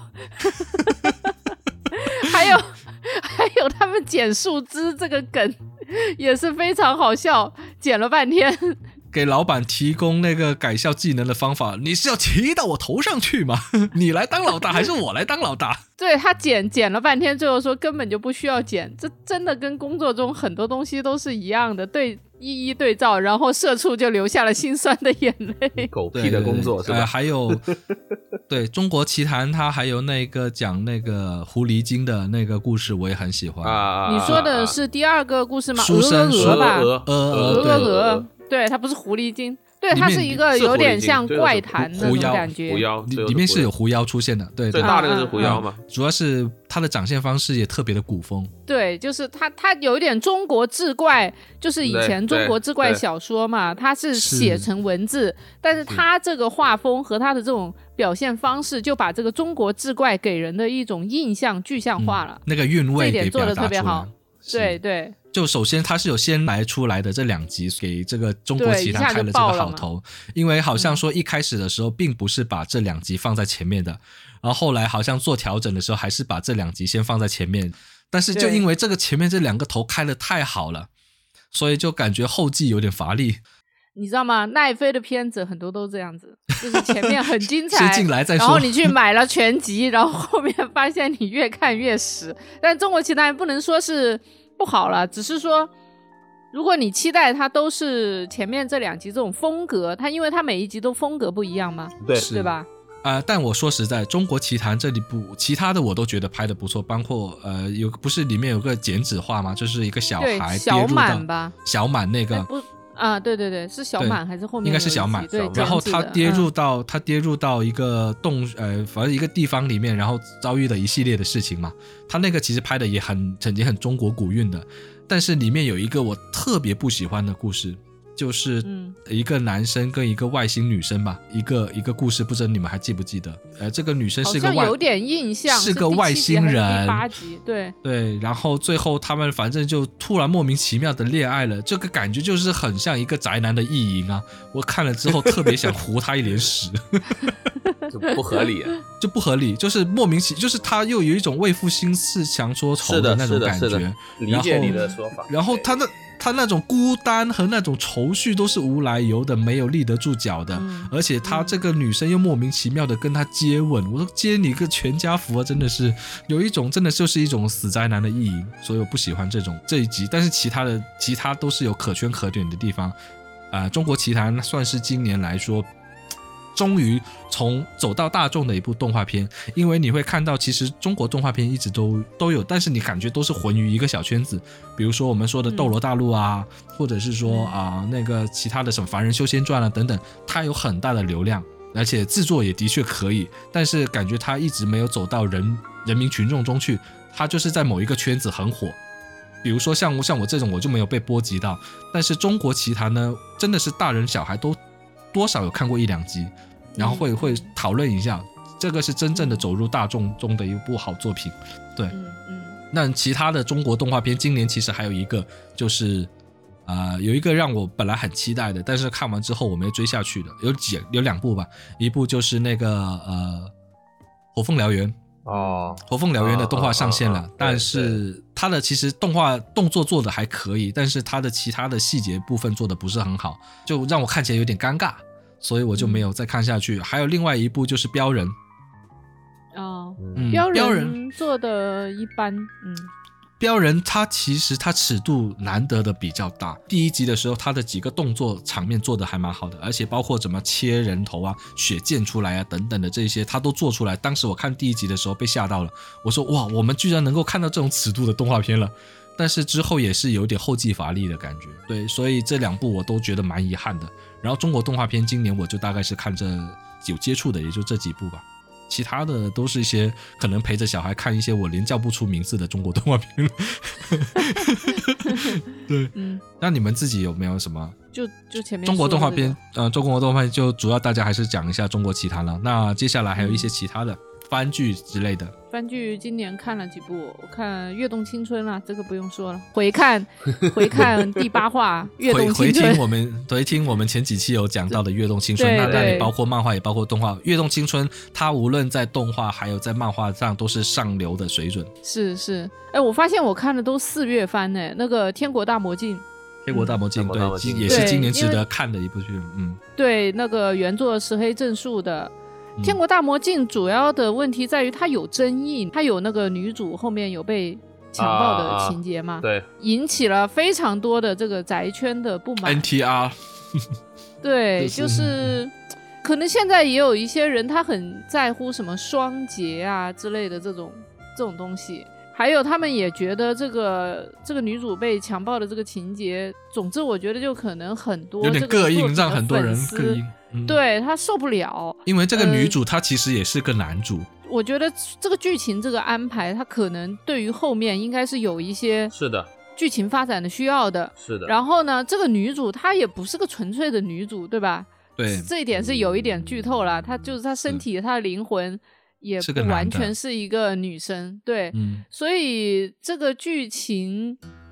Speaker 1: 还有还有他们捡树枝这个梗也是非常好笑，捡了半天
Speaker 3: 给老板提供那个改效技能的方法，你是要骑到我头上去吗？你来当老大还是我来当老大？
Speaker 1: 对，他剪剪了半天，最后说根本就不需要剪，这真的跟工作中很多东西都是一样的，对，一一对照，然后社畜就流下了心酸的眼泪。
Speaker 2: 狗屁的工作是吧？
Speaker 3: 呃、还有对中国奇谭，他还有那个讲那个狐狸精的那个故事，我也很喜欢。
Speaker 2: 啊、
Speaker 1: 你说的是第二个故事吗？
Speaker 3: 书生
Speaker 1: 鹅鹅吧，
Speaker 3: 鹅
Speaker 1: 鹅鹅鹅。对，它不是狐狸精，对，它是一个有点像怪谈的那种感觉。
Speaker 2: 狐妖，
Speaker 3: 里面是有狐妖出现的，对，
Speaker 2: 最大的那个是狐妖嘛、
Speaker 3: 嗯。主要是它的展现方式也特别的古风。
Speaker 1: 对，就是它，它有一点中国志怪，就是以前中国志怪小说嘛，它是写成文字，但是它这个画风和它的这种表现方式，就把这个中国志怪给人的一种印象具象化了。
Speaker 3: 嗯、那个韵味
Speaker 1: 这一点做的特别好。对对。
Speaker 3: 就首先它是有先来出来的这两集给这个中国奇谭开了这个好头，因为好像说一开始的时候并不是把这两集放在前面的，然后后来好像做调整的时候还是把这两集先放在前面， 但是就因为这个前面这两个头开得太好了，所以就感觉后继有点乏力。
Speaker 1: 你知道吗？奈飞的片子很多都这样子，就是前面很精彩
Speaker 3: 先进来再说，
Speaker 1: 然后你去买了全集，然后后面发现你越看越屎。但中国奇谭不能说是不好了，只是说如果你期待它都是前面这两集这种风格，它因为它每一集都风格不一样嘛，
Speaker 2: 对
Speaker 1: 对吧？
Speaker 3: 呃，但我说实在，中国奇谭这里部其他的我都觉得拍的不错，包括呃有不是里面有个剪纸画吗？就是一个小孩跌入到
Speaker 1: 小满吧，
Speaker 3: 小满那个。
Speaker 1: 不啊，对对对，是小满还是后面？
Speaker 3: 应该是小满。
Speaker 1: 对，
Speaker 3: 然后他跌入到、
Speaker 1: 嗯、
Speaker 3: 他跌入到一个洞，呃，反正一个地方里面，然后遭遇了一系列的事情嘛。他那个其实拍的也很也很中国古韵的，但是里面有一个我特别不喜欢的故事，就是一个男生跟一个外星女生吧，一个一个故事，不知道你们还记不记得？呃，这个女生是个外，
Speaker 1: 好像有点印象，
Speaker 3: 是个外星人。
Speaker 1: 第八集，对
Speaker 3: 对，然后最后他们反正就突然莫名其妙的恋爱了，这个感觉就是很像一个宅男的意淫啊！我看了之后特别想糊他一脸屎，
Speaker 2: 就不合理、啊，
Speaker 3: 就不合理，就是莫名其，就是他又有一种为赋新词强说愁的那种感觉。
Speaker 2: 理解你的说法。
Speaker 3: 然后他那。他那种孤单和那种愁绪都是无来由的，没有立得住脚的、嗯、而且他这个女生又莫名其妙的跟他接吻，我说接你个全家福啊，真的是有一种真的就是一种死宅男的意淫，所以我不喜欢这种这一集。但是其他的其他都是有可圈可点的地方。呃，中国奇谭算是今年来说终于从走到大众的一部动画片，因为你会看到其实中国动画片一直都都有，但是你感觉都是混于一个小圈子，比如说我们说的斗罗大陆啊、嗯、或者是说啊、呃、那个其他的什么凡人修仙传啊等等，它有很大的流量，而且制作也的确可以，但是感觉它一直没有走到人人民群众中去，它就是在某一个圈子很火，比如说像像我这种我就没有被波及到，但是中国奇谭呢真的是大人小孩都多少有看过一两集，然后会会讨论一下，这个是真正的走入大众中的一部好作品。对，嗯嗯。那其他的中国动画片今年其实还有一个就是呃有一个让我本来很期待的，但是看完之后我没追下去的，有几有两部吧，一部就是那个呃火凤燎原。
Speaker 2: 哦，
Speaker 3: 火凤燎原的动画上线了、哦哦哦、但是它的其实动画动作做的还可以，但是它的其他的细节部分做的不是很好，就让我看起来有点尴尬，所以我就没有再看下去、嗯、还有另外一部就是镖人。
Speaker 1: 哦、嗯、镖人做的一般。嗯，
Speaker 3: 镖人它其实它尺度难得的比较大，第一集的时候它的几个动作场面做的还蛮好的，而且包括怎么切人头啊、血溅出来啊等等的这些它都做出来，当时我看第一集的时候被吓到了，我说哇，我们居然能够看到这种尺度的动画片了，但是之后也是有点后继乏力的感觉。对，所以这两部我都觉得蛮遗憾的。然后中国动画片今年我就大概是看这有接触的也就这几部吧，其他的都是一些可能陪着小孩看一些我连叫不出名字的中国动画片对、嗯，那你们自己有没有什么
Speaker 1: 就就前面
Speaker 3: 中国动画片、这个、呃，中国动画片就主要大家还是讲一下中国奇谭了，那接下来还有一些其他的、嗯、番剧之类的。
Speaker 1: 番剧今年看了几部，我看《跃动青春》啦，这个不用说了，回看回看第八话《跃动青春》
Speaker 3: 回听我们回听我们前几期有讲到的《跃动青春》，那那里包括漫画也包括动画，《跃动青春》它无论在动画还有在漫画上都是上流的水准。
Speaker 1: 是是，哎，我发现我看的都四月番呢，那个《天国大魔镜》。
Speaker 3: 天国大魔镜、嗯、对，也是今年值得看的一部剧。嗯，
Speaker 1: 对，那个原作石黑正树的天国大魔镜主要的问题在于它有争议，它有那个女主后面有被强暴的情节嘛、
Speaker 2: 啊啊、对，
Speaker 1: 引起了非常多的这个宅圈的不满。
Speaker 3: N T R
Speaker 1: 对，就是可能现在也有一些人他很在乎什么双节啊之类的这种这种东西，还有他们也觉得这个这个女主被强暴的这个情节，总之我觉得就可能很多
Speaker 3: 有点膈应，让很多人膈应、
Speaker 1: 嗯、对，他受不了，
Speaker 3: 因为这个女主她其实也是个男主、呃、
Speaker 1: 我觉得这个剧情这个安排他可能对于后面应该是有一些
Speaker 2: 是的
Speaker 1: 剧情发展的需要的，
Speaker 2: 是的。
Speaker 1: 然后呢这个女主她也不是个纯粹的女主，对吧？
Speaker 3: 对，
Speaker 1: 这一点是有一点剧透了，她就是她身体她的灵魂也不完全是一个女生，对、嗯、所以这个剧情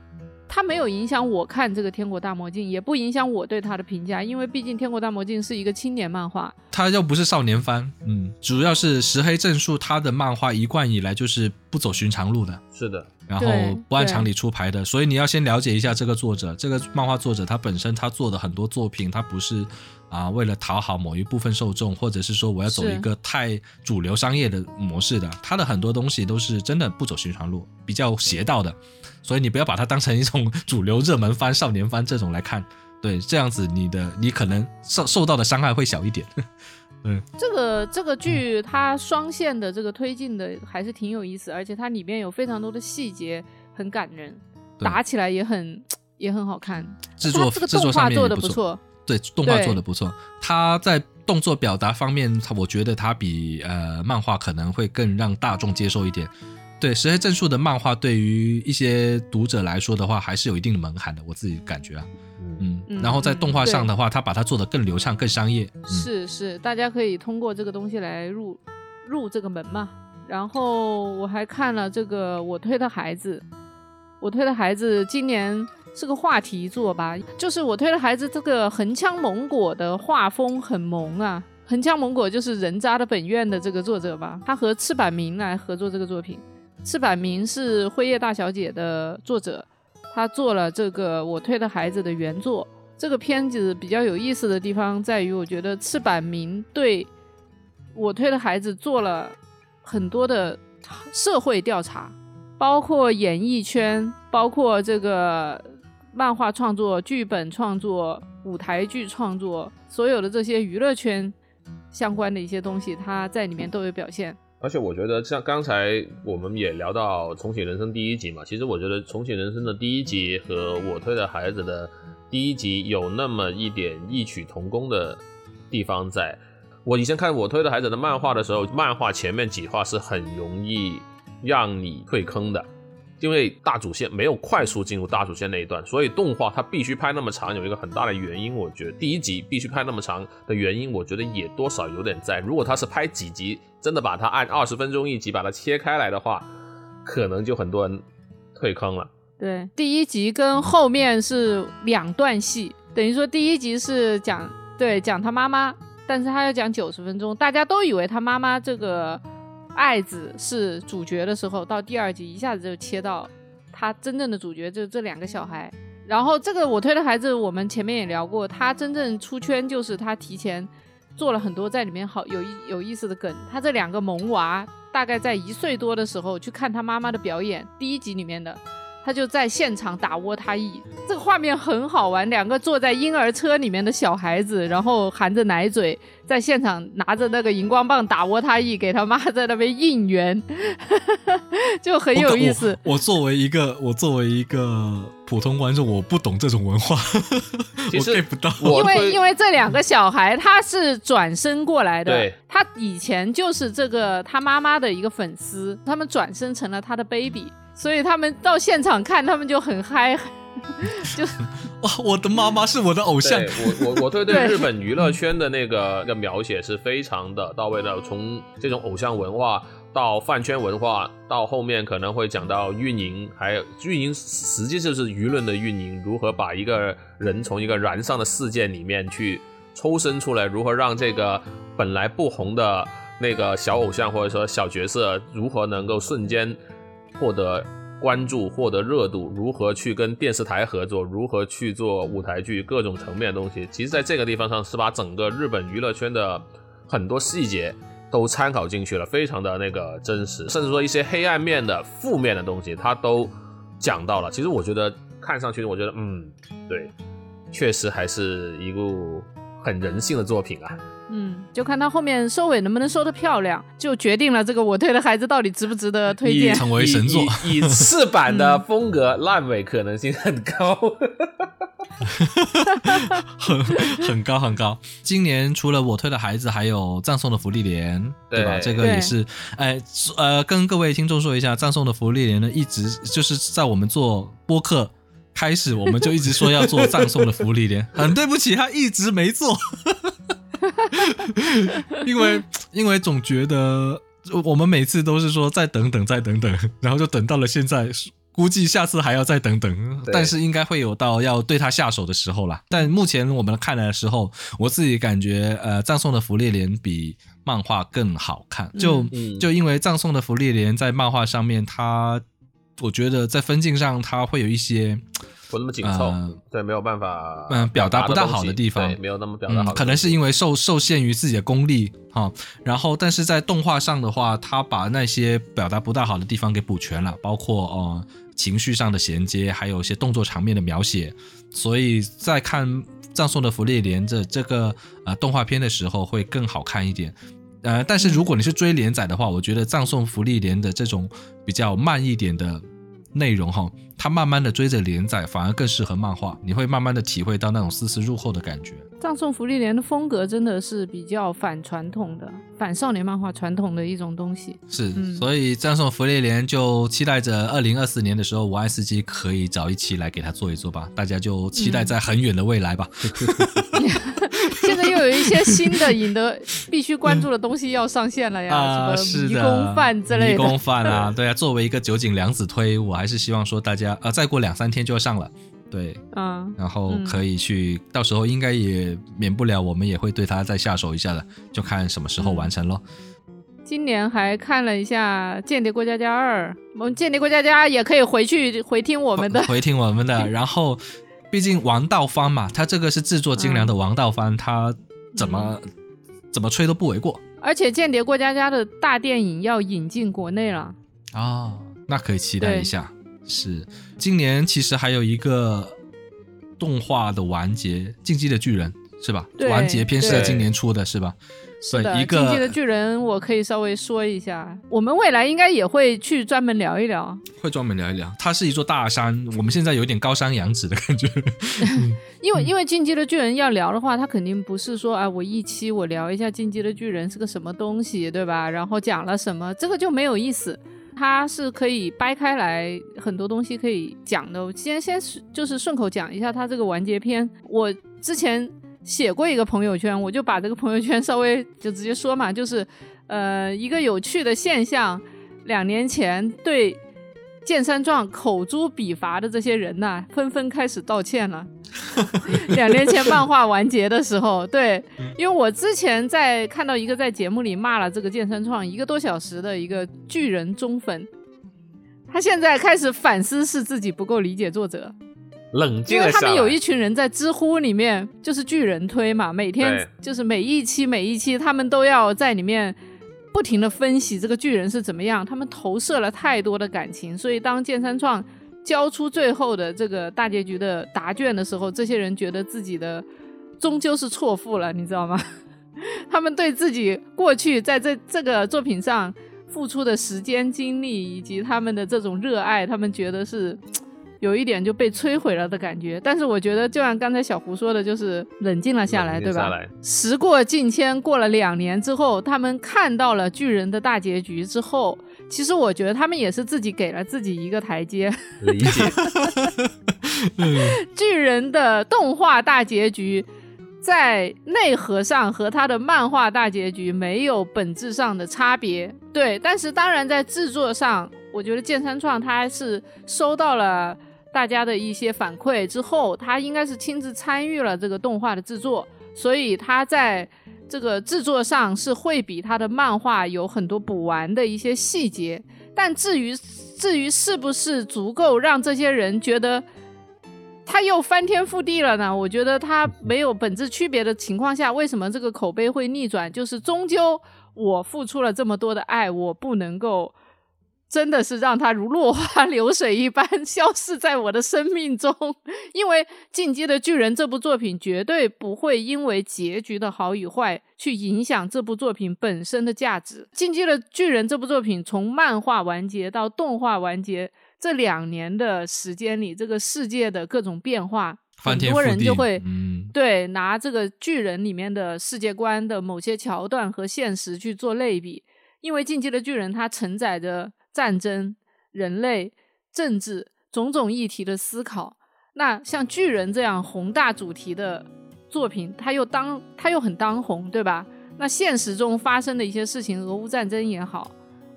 Speaker 1: 它没有影响我看这个天国大魔镜，也不影响我对它的评价，因为毕竟天国大魔镜是一个青年漫画，
Speaker 3: 它又不是少年番。嗯，主要是石黑正数他的漫画一贯以来就是不走寻常路的，
Speaker 2: 是的，
Speaker 3: 然后不按常理出牌的，所以你要先了解一下这个作者，这个漫画作者他本身他做的很多作品，他不是啊、呃、为了讨好某一部分受众，或者是说我要走一个太主流商业的模式的，他的很多东西都是真的不走寻常路，比较邪道的，所以你不要把它当成一种主流热门番、少年番这种来看，对，这样子你的你可能受受到的伤害会小一点。嗯，
Speaker 1: 这个这个剧它双线的这个推进的还是挺有意思，而且它里面有非常多的细节很感人，打起来也很也很好看，
Speaker 3: 制作
Speaker 1: 这个动画做的不错，
Speaker 3: 对，动画做的不错，它在动作表达方面，我觉得它比呃漫画可能会更让大众接受一点。对，石黑正数的漫画对于一些读者来说的话，还是有一定的门槛的，我自己感觉啊。嗯，嗯然后在动画上的话，他把它做得更流畅、更商业。嗯、
Speaker 1: 是是，大家可以通过这个东西来入入这个门嘛。然后我还看了这个我推的孩子，我推的孩子今年是个话题作吧，就是我推的孩子这个横枪猛果的画风很萌啊。横枪猛果就是人渣的本愿的这个作者吧，他和赤坂明来合作这个作品。赤坂明是辉夜大小姐的作者，他做了这个我推的孩子的原作。这个片子比较有意思的地方在于，我觉得赤坂明对我推的孩子做了很多的社会调查，包括演艺圈，包括这个漫画创作、剧本创作、舞台剧创作，所有的这些娱乐圈相关的一些东西，他在里面都有表现。
Speaker 2: 而且我觉得像刚才我们也聊到重启人生第一集嘛，其实我觉得重启人生的第一集和我推的孩子的第一集有那么一点异曲同工的地方在。我以前看我推的孩子的漫画的时候，漫画前面几话是很容易让你退坑的，因为大主线没有快速进入大主线那一段，所以动画它必须拍那么长，有一个很大的原因，我觉得第一集必须拍那么长的原因，我觉得也多少有点在。如果它是拍几集，真的把它按二十分钟一集把它切开来的话，可能就很多人退坑了。
Speaker 1: 对，第一集跟后面是两段戏，等于说第一集是讲对讲他妈妈，但是他要讲九十分钟，大家都以为他妈妈这个爱子是主角的时候，到第二集一下子就切到他真正的主角，就是这两个小孩。然后这个我推的孩子我们前面也聊过，他真正出圈就是他提前做了很多在里面好有有意思的梗。他这两个萌娃大概在一岁多的时候去看他妈妈的表演，第一集里面的他就在现场打窝他一，这个画面很好玩，两个坐在婴儿车里面的小孩子，然后含着奶嘴在现场拿着那个荧光棒打窝他一，给他妈在那边应援就很有意思。
Speaker 3: 我, 我, 我作为一个我作为一个普通观众，我不懂这种文化
Speaker 2: 其实
Speaker 3: 我 get 不到。
Speaker 1: 因为因为这两个小孩他是转身过来的，
Speaker 2: 对，
Speaker 1: 他以前就是这个他妈妈的一个粉丝，他们转身成了他的 baby，所以他们到现场看他们就很嗨就
Speaker 3: 哇，我的妈妈是我的偶像。
Speaker 2: 对，我我我对对日本娱乐圈的那个那个描写是非常的到位的，从这种偶像文化到饭圈文化，到后面可能会讲到运营，还有运营实际就是舆论的运营，如何把一个人从一个燃烧的事件里面去抽身出来，如何让这个本来不红的那个小偶像或者说小角色如何能够瞬间获得关注，获得热度，如何去跟电视台合作，如何去做舞台剧，各种层面的东西，其实在这个地方上是把整个日本娱乐圈的很多细节都参考进去了，非常的那个真实，甚至说一些黑暗面的负面的东西他都讲到了。其实我觉得看上去我觉得嗯，对，确实还是一部很人性的作品啊。
Speaker 1: 嗯，就看他后面收尾能不能收得漂亮，就决定了这个我推的孩子到底值不值得推荐，
Speaker 3: 成为神作。
Speaker 2: 以, 以, 以次版的风格烂尾可能性很高
Speaker 3: 很, 很高很高。今年除了我推的孩子还有葬送的芙莉莲， 对, 对吧？这个也是哎呃跟各位听众说一下，葬送的芙莉莲呢一直就是在我们做播客开始我们就一直说要做葬送的芙莉莲很对不起他一直没做因为因为总觉得我们每次都是说再等等再等等，然后就等到了现在， 估计下次还要再等等，但是应该会有到要对他下手的时候啦。但目前我们看来的时候，我自己感觉呃，葬送的芙莉莲比漫画更好看，就、嗯、就因为葬送的芙莉莲在漫画上面它我觉得在分镜上它会有一些
Speaker 2: 不那么紧凑、呃、对，没有办法
Speaker 3: 嗯表达不大好的地方，
Speaker 2: 对，没有那么表达好的、嗯、
Speaker 3: 可能是因为受受限于自己的功力哈，然后但是在动画上的话，他把那些表达不大好的地方给补全了，包括呃情绪上的衔接，还有一些动作场面的描写，所以在看葬送的芙莉莲这这个呃动画片的时候会更好看一点。呃，但是如果你是追连载的话，我觉得葬送芙莉莲的这种比较慢一点的内容哈，它慢慢的追着连载反而更适合漫画，你会慢慢的体会到那种丝丝入扣的感觉。
Speaker 1: 葬送芙莉莲的风格真的是比较反传统的，反少年漫画传统的一种东西。
Speaker 3: 是、嗯、所以葬送芙莉莲就期待着二零二四年的时候我爱司机可以找一期来给他做一做吧，大家就期待在很远的未来吧、
Speaker 1: 嗯、现在又有一些新的引得必须关注的东西要上线了呀、
Speaker 3: 啊、
Speaker 1: 什么迷宫饭之类的。
Speaker 3: 迷宫饭啊，对啊，作为一个酒井良子推，我还是希望说大家呃再过两三天就要上了，对，嗯，然后可以去、嗯、到时候应该也免不了我们也会对它再下手一下的，就看什么时候完成咯、
Speaker 1: 嗯、今年还看了一下间谍过家家二，我们间谍过家家也可以回去回听我们的
Speaker 3: 回, 回听我们的然后毕竟王道番嘛，他这个是制作精良的王道番、嗯、他怎么、嗯、怎么吹都不为过。
Speaker 1: 而且间谍过家家的大电影要引进国内了
Speaker 3: 哦，那可以期待一下。是，今年其实还有一个动画的完结，进击的巨人是吧？完结篇是在今年出的是吧？
Speaker 1: 是的，
Speaker 3: 一个
Speaker 1: 进击的巨人我可以稍微说一下，我们未来应该也会去专门聊一聊，
Speaker 3: 会专门聊一聊。它是一座大山，我们现在有点高山仰止的感觉。
Speaker 1: 因为因为进击的巨人要聊的话，它肯定不是说啊，我一期我聊一下进击的巨人是个什么东西，对吧？然后讲了什么，这个就没有意思。它是可以掰开来很多东西可以讲的。我先先就是顺口讲一下它这个完结篇。我之前写过一个朋友圈，我就把这个朋友圈稍微就直接说嘛，就是呃一个有趣的现象，两年前对剑山壮口诛笔伐的这些人呐、啊，纷纷开始道歉了。两年前漫画完结的时候，对，因为我之前在看到一个在节目里骂了这个剑山创一个多小时的一个巨人忠粉，他现在开始反思是自己不够理解作者，
Speaker 2: 冷静了下来。因为
Speaker 1: 他们有一群人在知乎里面就是巨人推嘛，每天就是每一期每一期他们都要在里面不停的分析这个巨人是怎么样，他们投射了太多的感情，所以当剑山创交出最后的这个大结局的答卷的时候，这些人觉得自己的终究是错付了，你知道吗？他们对自己过去在这这个作品上付出的时间精力以及他们的这种热爱，他们觉得是有一点就被摧毁了的感觉。但是我觉得就像刚才小胡说的，就是冷静了下来，对吧？时过境迁，过了两年之后，他们看到了巨人的大结局之后，其实我觉得他们也是自己给了自己一个台阶。
Speaker 2: 理解。
Speaker 1: 巨人的动画大结局在内核上和他的漫画大结局没有本质上的差别，对，但是当然在制作上，我觉得剑山创他是收到了大家的一些反馈之后，他应该是亲自参与了这个动画的制作，所以他在这个制作上是会比他的漫画有很多补完的一些细节，但至于至于是不是足够让这些人觉得他又翻天覆地了呢？我觉得他没有本质区别的情况下，为什么这个口碑会逆转？就是终究我付出了这么多的爱，我不能够真的是让它如落花流水一般消逝在我的生命中。因为《进击的巨人》这部作品绝对不会因为结局的好与坏去影响这部作品本身的价值。《进击的巨人》这部作品从漫画完结到动画完结这两年的时间里，这个世界的各种变化，很多人就会、嗯、对拿这个巨人里面的世界观的某些桥段和现实去做类比。因为《进击的巨人》它承载着战争、人类、政治种种议题的思考，那像巨人这样宏大主题的作品，它又当它又很当红，对吧？那现实中发生的一些事情，俄乌战争也好，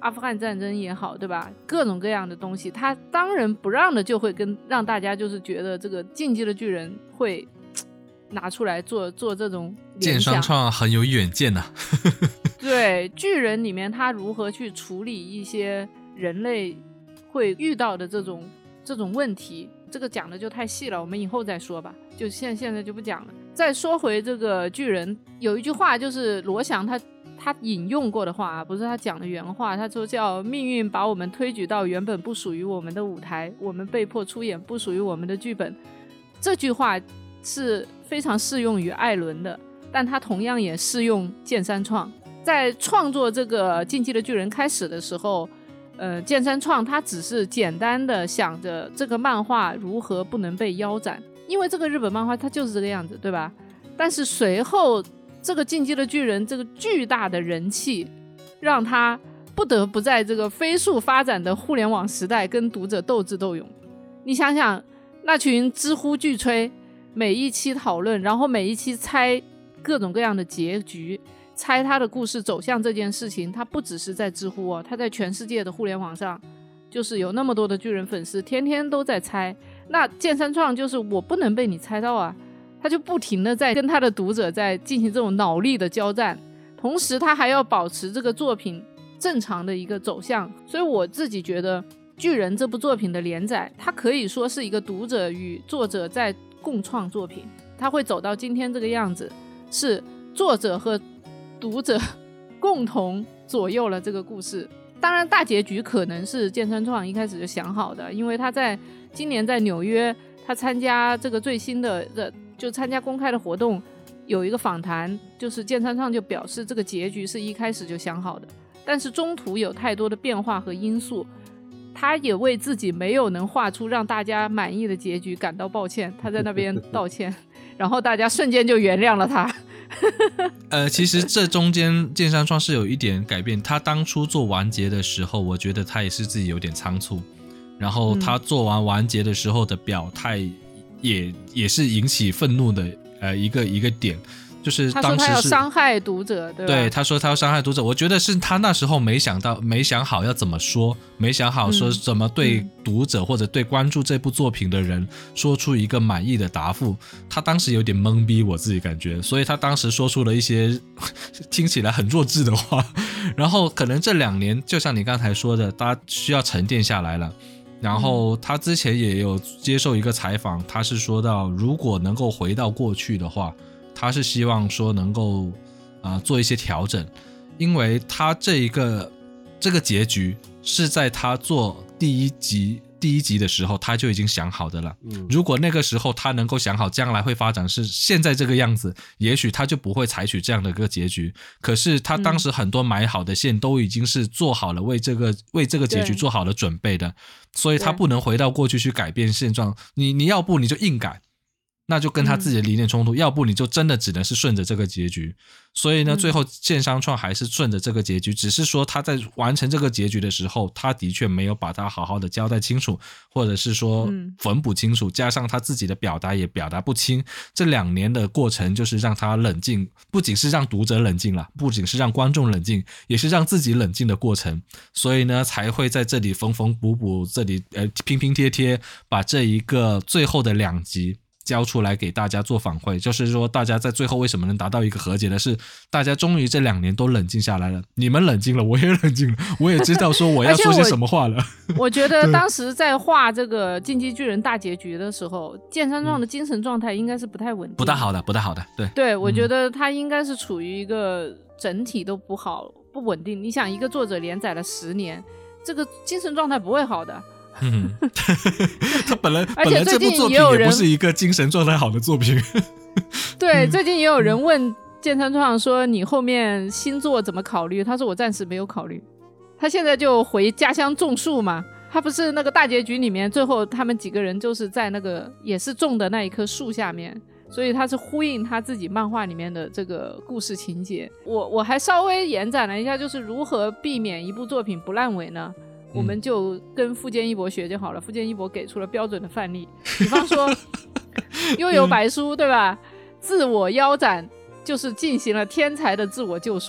Speaker 1: 阿富汗战争也好，对吧？各种各样的东西，他当仁不让的就会跟让大家就是觉得这个进击的巨人会拿出来做做这种
Speaker 3: 剑山创很有远见啊
Speaker 1: 对，巨人里面他如何去处理一些人类会遇到的这种这种问题，这个讲的就太细了，我们以后再说吧，就现现在就不讲了。再说回这个巨人，有一句话就是罗翔他他引用过的话，不是他讲的原话，他说叫命运把我们推举到原本不属于我们的舞台，我们被迫出演不属于我们的剧本。这句话是非常适用于艾伦的，但他同样也适用剑山创。在创作这个进击的巨人开始的时候，呃，剑山创他只是简单的想着这个漫画如何不能被腰斩，因为这个日本漫画它就是这个样子，对吧？但是随后这个进击的巨人这个巨大的人气让他不得不在这个飞速发展的互联网时代跟读者斗智斗勇。你想想那群知乎巨吹，每一期讨论，然后每一期猜各种各样的结局，猜他的故事走向这件事情，他不只是在知乎哦，他在全世界的互联网上就是有那么多的巨人粉丝天天都在猜。那剑山创就是我不能被你猜到啊，他就不停的在跟他的读者在进行这种脑力的交战，同时他还要保持这个作品正常的一个走向。所以我自己觉得巨人这部作品的连载，它可以说是一个读者与作者在共创作品，它会走到今天这个样子，是作者和读者共同左右了这个故事。当然大结局可能是剑山创一开始就想好的，因为他在今年在纽约他参加这个最新的就参加公开的活动，有一个访谈，就是剑山创就表示这个结局是一开始就想好的，但是中途有太多的变化和因素，他也为自己没有能画出让大家满意的结局感到抱歉，他在那边道歉然后大家瞬间就原谅了他
Speaker 3: 呃，其实这中间剑山创是有一点改变，他当初做完结的时候我觉得他也是自己有点仓促，然后他做完完结的时候的表态也也是引起愤怒的呃一个一个点，就是当时是
Speaker 1: 他说他要伤害读者，对吧？
Speaker 3: 对，他说他要伤害读者，我觉得是他那时候没想到没想好要怎么说，没想好说怎么对读者或者对关注这部作品的人说出一个满意的答复，他当时有点懵逼，我自己感觉，所以他当时说出了一些听起来很弱智的话，然后可能这两年就像你刚才说的，大家需要沉淀下来了。然后他之前也有接受一个采访，他是说到如果能够回到过去的话，他是希望说能够、呃、做一些调整，因为他这一个这个结局是在他做第一集第一集的时候他就已经想好的了、嗯、如果那个时候他能够想好将来会发展是现在这个样子，也许他就不会采取这样的一个结局，可是他当时很多埋好的线都已经是做好了为这个为这个结局做好了准备的，所以他不能回到过去去改变现状，你你要不你就硬改，那就跟他自己的理念冲突、嗯、要不你就真的只能是顺着这个结局，所以呢、嗯、最后剑山创还是顺着这个结局，只是说他在完成这个结局的时候他的确没有把它好好的交代清楚，或者是说缝补清楚、嗯、加上他自己的表达也表达不清，这两年的过程就是让他冷静，不仅是让读者冷静了，不仅是让观众冷静，也是让自己冷静的过程，所以呢才会在这里缝缝补补，这里呃拼拼贴贴，把这一个最后的两集交出来给大家做反馈，就是说大家在最后为什么能达到一个和解的是大家终于这两年都冷静下来了，你们冷静了我也冷静了，我也知道说我要说些什么话了
Speaker 1: 我, 我觉得当时在画这个进击巨人大结局的时候，剑山创的精神状态应该是不太稳定、嗯、
Speaker 3: 不大好的不大好的对
Speaker 1: 对，我觉得他应该是处于一个整体都不好不稳定，你想一个作者连载了十年，这个精神状态不会好的
Speaker 3: 嗯，他本来本来这部作品也不是一个精神状态好的作品
Speaker 1: 对，最近也有人问剑山创说你后面新作怎么考虑，他说我暂时没有考虑，他现在就回家乡种树嘛，他不是那个大结局里面最后他们几个人就是在那个也是种的那一棵树下面，所以他是呼应他自己漫画里面的这个故事情节。我我还稍微延展了一下，就是如何避免一部作品不烂尾呢，我们就跟富坚义博学就好了，富坚义博给出了标准的范例，比方说幽游白书对吧，自我腰斩就是进行了天才的自我救赎，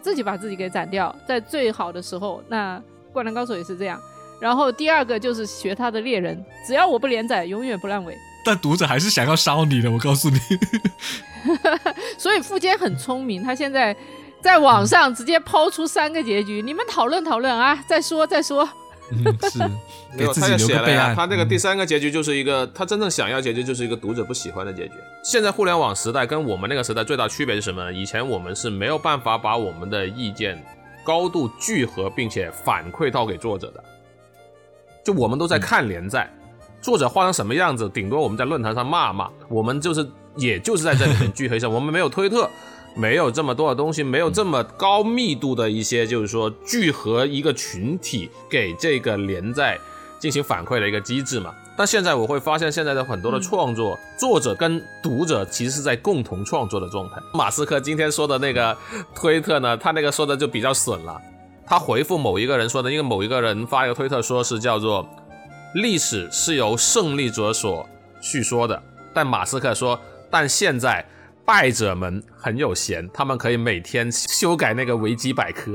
Speaker 1: 自己把自己给斩掉，在最好的时候，那灌篮高手也是这样。然后第二个就是学他的猎人，只要我不连载永远不烂尾。
Speaker 3: 但读者还是想要烧你的，我告诉你。
Speaker 1: 所以富坚很聪明，他现在在网上直接抛出三个结局，你们讨论讨论啊，再说再说。
Speaker 3: 嗯，是给自己留个备案。
Speaker 2: 他那个第三个结局就是一个、嗯、他真正想要结局就是一个读者不喜欢的结局。现在互联网时代跟我们那个时代最大区别是什么呢？以前我们是没有办法把我们的意见高度聚合并且反馈到给作者的，就我们都在看连载、嗯、作者画成什么样子顶多我们在论坛上骂骂，我们就是也就是在这里面聚合一下。我们没有推特，没有这么多的东西，没有这么高密度的一些就是说聚合一个群体给这个连载进行反馈的一个机制嘛。但现在我会发现现在的很多的创作、嗯、作者跟读者其实是在共同创作的状态。马斯克今天说的那个推特呢，他那个说的就比较损了，他回复某一个人说的，因为某一个人发一个推特说是叫做历史是由胜利者所叙说的，但马斯克说但现在败者们很有闲，他们可以每天修改那个维基百科。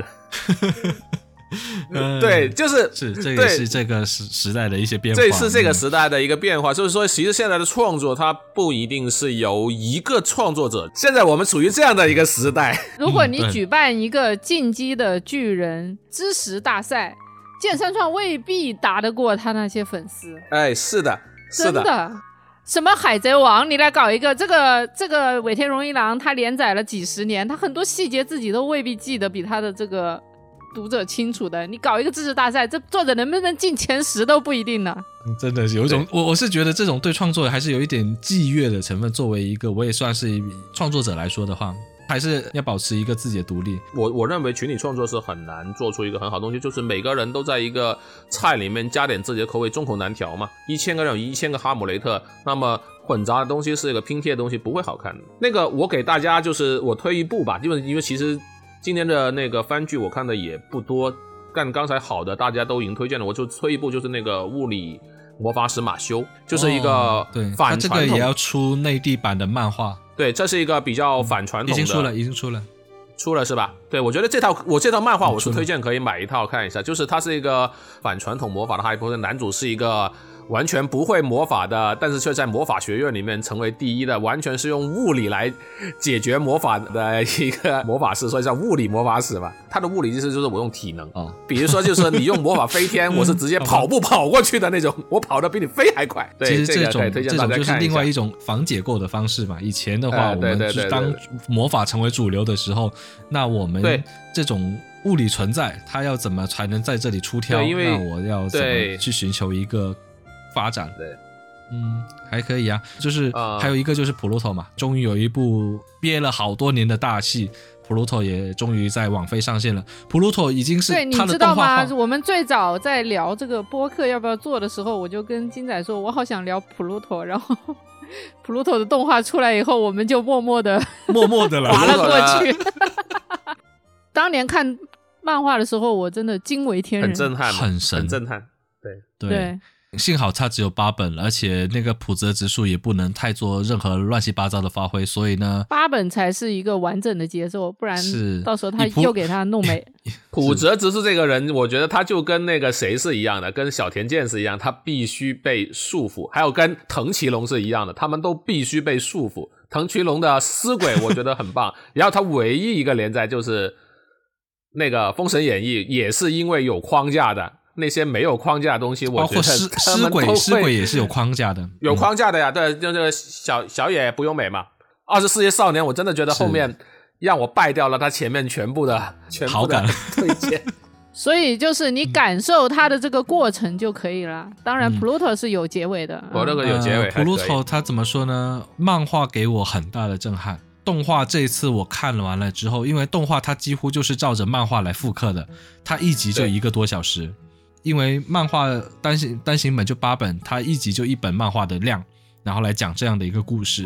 Speaker 2: 嗯、对，就是
Speaker 3: 是这个是这个时时代的一些变化，
Speaker 2: 这是这个时代的一个变化。就是说，其实现在的创作它不一定是由一个创作者，现在我们处于这样的一个时代。
Speaker 1: 如果你举办一个进击的巨人知识大赛，剑山创未必打得过他那些粉丝。
Speaker 2: 哎，是的，是的。
Speaker 1: 真的。什么海贼王你来搞一个，这个这个尾田荣一郎他连载了几十年，他很多细节自己都未必记得比他的这个读者清楚的，你搞一个知识大赛，这作者能不能进前十都不一定呢。
Speaker 3: 真的有一种，我我是觉得这种对创作还是有一点僭越的成分。作为一个我也算是一创作者来说的话，还是要保持一个自己的独立。
Speaker 2: 我我认为群体创作是很难做出一个很好的东西，就是每个人都在一个菜里面加点自己的口味，众口难调嘛。一千个人有一千个哈姆雷特，那么混杂的东西是一个拼贴的东西，不会好看的。那个我给大家就是我推一部吧，因为因为其实今年的那个番剧我看的也不多，但刚才好的大家都已经推荐了，我就推一部，就是那个物理魔法使马修，就是一个反传统、哦、
Speaker 3: 对，他这个也要出内地版的漫画。
Speaker 2: 对，这是一个比较反传统的、嗯、
Speaker 3: 已经出了已经出了
Speaker 2: 出了是吧？对，我觉得这套我这套漫画我是推荐可以买一套看一下，就是它是一个反传统魔法的哈利波特，男主是一个完全不会魔法的，但是却在魔法学院里面成为第一的，完全是用物理来解决魔法的一个魔法师，所以叫物理魔法使嘛。他的物理意思就是我用体能、哦、比如说就是你用魔法飞天我是直接跑步跑过去的那种，我跑得比你飞还快。对，
Speaker 3: 其实这种、
Speaker 2: 这个、推荐大家看一下，
Speaker 3: 这种就是另外一种防解构的方式嘛。以前的话、呃、我们是当魔法成为主流的时候，那我们这种物理存在它要怎么才能在这里出挑，那我要怎么去寻求一个发展。
Speaker 2: 对，
Speaker 3: 嗯，还可以啊。就是还有一个就是普鲁托嘛，终于有一部憋了好多年的大戏，普鲁托也终于在网飞上线了。普鲁托已经是他的动画化。
Speaker 1: 对，你知道吗？我们最早在聊这个播客要不要做的时候，我就跟金仔说我好想聊普鲁托，然后普鲁托的动画出来以后，我们就默默的
Speaker 3: 默默的
Speaker 1: 滑了过去。当年看漫画的时候我真的惊为天人，
Speaker 2: 很震撼，
Speaker 3: 很神，
Speaker 2: 很震撼。对
Speaker 3: 对, 对幸好它只有八本，而且那个普泽直树也不能太做任何乱七八糟的发挥，所以呢
Speaker 1: 八本才是一个完整的节奏，不然到时候他又给他弄没。
Speaker 2: 普泽直树这个人我觉得他就跟那个谁是一样的，跟小田健是一样，他必须被束缚，还有跟藤崎龙是一样的，他们都必须被束缚。藤崎龙的尸鬼我觉得很棒然后他唯一一个连载就是那个封神演义，也是因为有框架的，那些没有框架的东西我觉得
Speaker 3: 尸尸鬼尸鬼也是有框架的，
Speaker 2: 有框架的呀。对，就这个小小野不由美嘛，二十世纪少年我真的觉得后面让我败掉了他前面全部的全部的推荐。
Speaker 1: 所以就是你感受它的这个过程就可以了。当然 Pluto 是有结尾的，
Speaker 2: Pluto 有结尾。
Speaker 3: Pluto 它怎么说呢，漫画给我很大的震撼，动画这一次我看了完了之后，因为动画它几乎就是照着漫画来复刻的，它一集就一个多小时，因为漫画单行单行本就八本，它一集就一本漫画的量，然后来讲这样的一个故事。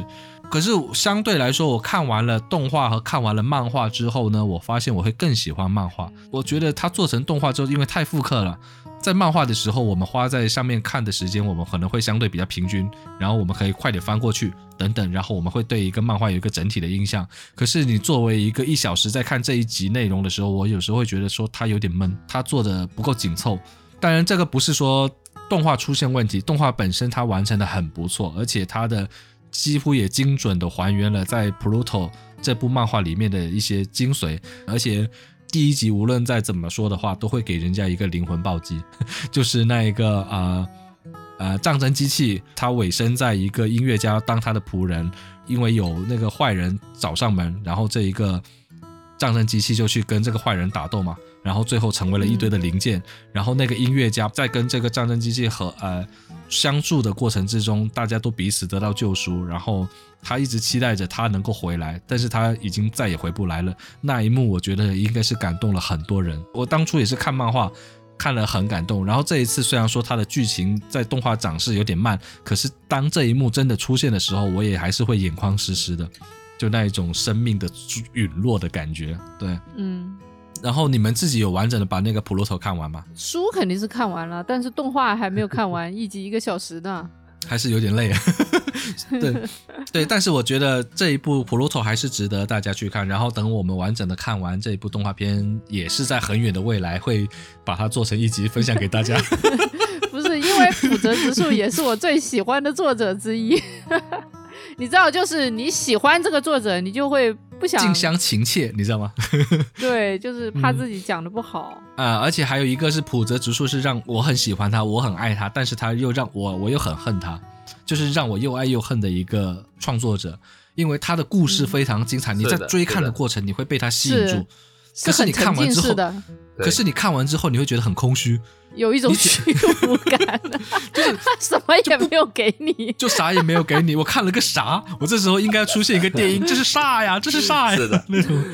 Speaker 3: 可是相对来说，我看完了动画和看完了漫画之后呢，我发现我会更喜欢漫画。我觉得它做成动画之后，因为太复刻了，在漫画的时候我们花在上面看的时间我们可能会相对比较平均，然后我们可以快点翻过去等等，然后我们会对一个漫画有一个整体的印象。可是你作为一个一小时在看这一集内容的时候，我有时候会觉得说它有点闷，它做的不够紧凑。当然这个不是说动画出现问题，动画本身它完成的很不错，而且它的几乎也精准的还原了在 Pluto 这部漫画里面的一些精髓，而且第一集无论再怎么说的话都会给人家一个灵魂暴击，就是那一个呃呃战争机器它委身在一个音乐家当他的仆人，因为有那个坏人找上门，然后这一个战争机器就去跟这个坏人打斗嘛，然后最后成为了一堆的零件、嗯、然后那个音乐家在跟这个战争机器和呃相处的过程之中，大家都彼此得到救赎，然后他一直期待着他能够回来，但是他已经再也回不来了。那一幕我觉得应该是感动了很多人，我当初也是看漫画看了很感动，然后这一次虽然说它的剧情在动画展示有点慢，可是当这一幕真的出现的时候，我也还是会眼眶湿湿的，就那一种生命的陨落的感觉。对，
Speaker 1: 嗯。
Speaker 3: 然后你们自己有完整的把那个 Pluto 看完吗？
Speaker 1: 书肯定是看完了，但是动画还没有看完，一集一个小时呢，
Speaker 3: 还是有点累。对对，但是我觉得这一部 Pluto 还是值得大家去看，然后等我们完整的看完这一部动画片，也是在很远的未来会把它做成一集分享给大家。
Speaker 1: 不是，因为浦泽直树也是我最喜欢的作者之一。你知道，就是你喜欢这个作者，你就会不想
Speaker 3: 近乡情怯，你知道吗？
Speaker 1: 对，就是怕自己讲的不好、
Speaker 3: 嗯呃、而且还有一个是浦泽直树是让我很喜欢他，我很爱他，但是他又让我我又很恨他，就是让我又爱又恨的一个创作者。因为他的故事非常精彩、嗯、你在追看的过程你会被他吸引住，可是你看完之后可是你看完之后你会觉得很空虚，
Speaker 1: 有一种虚无感、啊、就是什么也没有给你，
Speaker 3: 就啥也没有给你。我看了个啥？我这时候应该出现一个电音，这是啥呀？这是啥呀？
Speaker 2: 是的，
Speaker 3: 那种。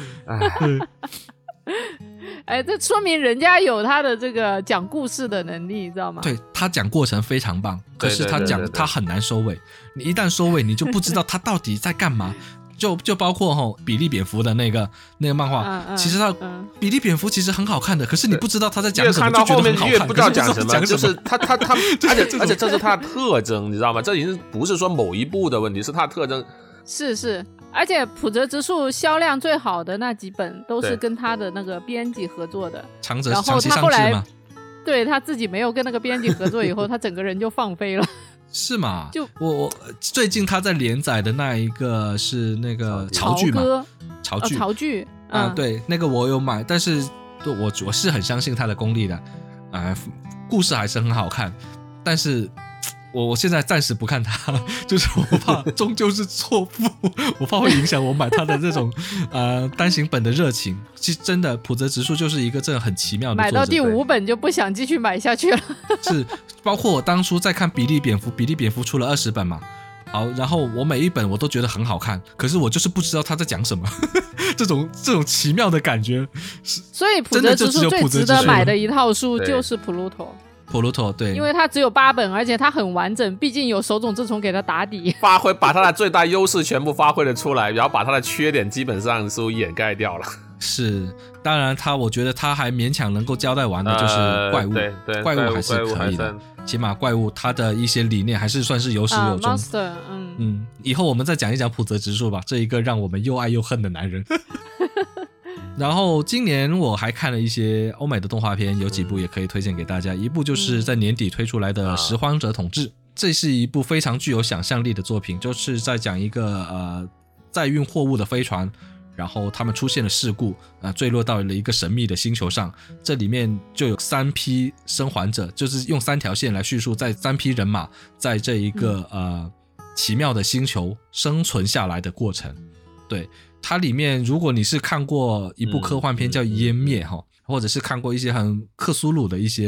Speaker 1: 哎，这说明人家有他的这个讲故事的能力，你知道吗？
Speaker 3: 对，他讲过程非常棒，可是他讲他很难收尾。你一旦收尾，你就不知道他到底在干嘛。就就包括吼比利蝙蝠的那个那个漫画、嗯嗯、其实他、嗯、比利蝙蝠其实很好看的，可是你不知道他在讲什么，
Speaker 2: 越看到后面越不知道讲
Speaker 3: 什
Speaker 2: 么，就是他他他而且而且这是他的特征，你知道吗？这已经不是说某一部的问题，是他的特征。
Speaker 1: 是是，而且浦泽直树销量最好的那几本都是跟他的那个编辑合作的，
Speaker 3: 长者
Speaker 1: 然后他后来对他自己没有跟那个编辑合作以后，他整个人就放飞了。
Speaker 3: 是吗？
Speaker 1: 就
Speaker 3: 我我最近他在连载的那一个是那个潮剧嘛，潮剧、
Speaker 1: 哦、潮剧
Speaker 3: 啊、嗯，对，那个我有买，但是我我是很相信他的功力的，啊、呃，故事还是很好看，但是我我现在暂时不看他，就是我怕终究是错付，我怕会影响我买他的这种呃单行本的热情。其实真的浦泽直树就是一个真的很奇妙的作者，
Speaker 1: 买到第五本就不想继续买下去了。
Speaker 3: 是，包括我当初在看比利蝙蝠，比利蝙蝠出了二十本嘛，好，然后我每一本我都觉得很好看，可是我就是不知道他在讲什么，这种这种奇妙的感觉。
Speaker 1: 所以浦泽直树最值得买的一套书就是Pluto。
Speaker 3: Pluto 对，
Speaker 1: 因为它只有八本，而且它很完整，毕竟有手冢治虫给它打底，
Speaker 2: 发挥把它的最大优势全部发挥了出来，然后把它的缺点基本上都掩盖掉了。
Speaker 3: 是，当然他我觉得他还勉强能够交代完的就是怪物，呃、
Speaker 2: 对对，
Speaker 3: 怪物还是可以的，起码怪物它的一些理念还是算是有始有终。
Speaker 1: uh, Monster, 嗯
Speaker 3: 嗯，以后我们再讲一讲浦泽直树吧，这一个让我们又爱又恨的男人。然后今年我还看了一些欧美的动画片，有几部也可以推荐给大家。一部就是在年底推出来的《拾荒者统治》，这是一部非常具有想象力的作品，就是在讲一个呃载运货物的飞船，然后他们出现了事故，呃坠落到了一个神秘的星球上。这里面就有三批生还者，就是用三条线来叙述，在三批人马在这一个、嗯、呃奇妙的星球生存下来的过程。对。它里面如果你是看过一部科幻片叫湮灭、嗯、或者是看过一些很克苏鲁的一些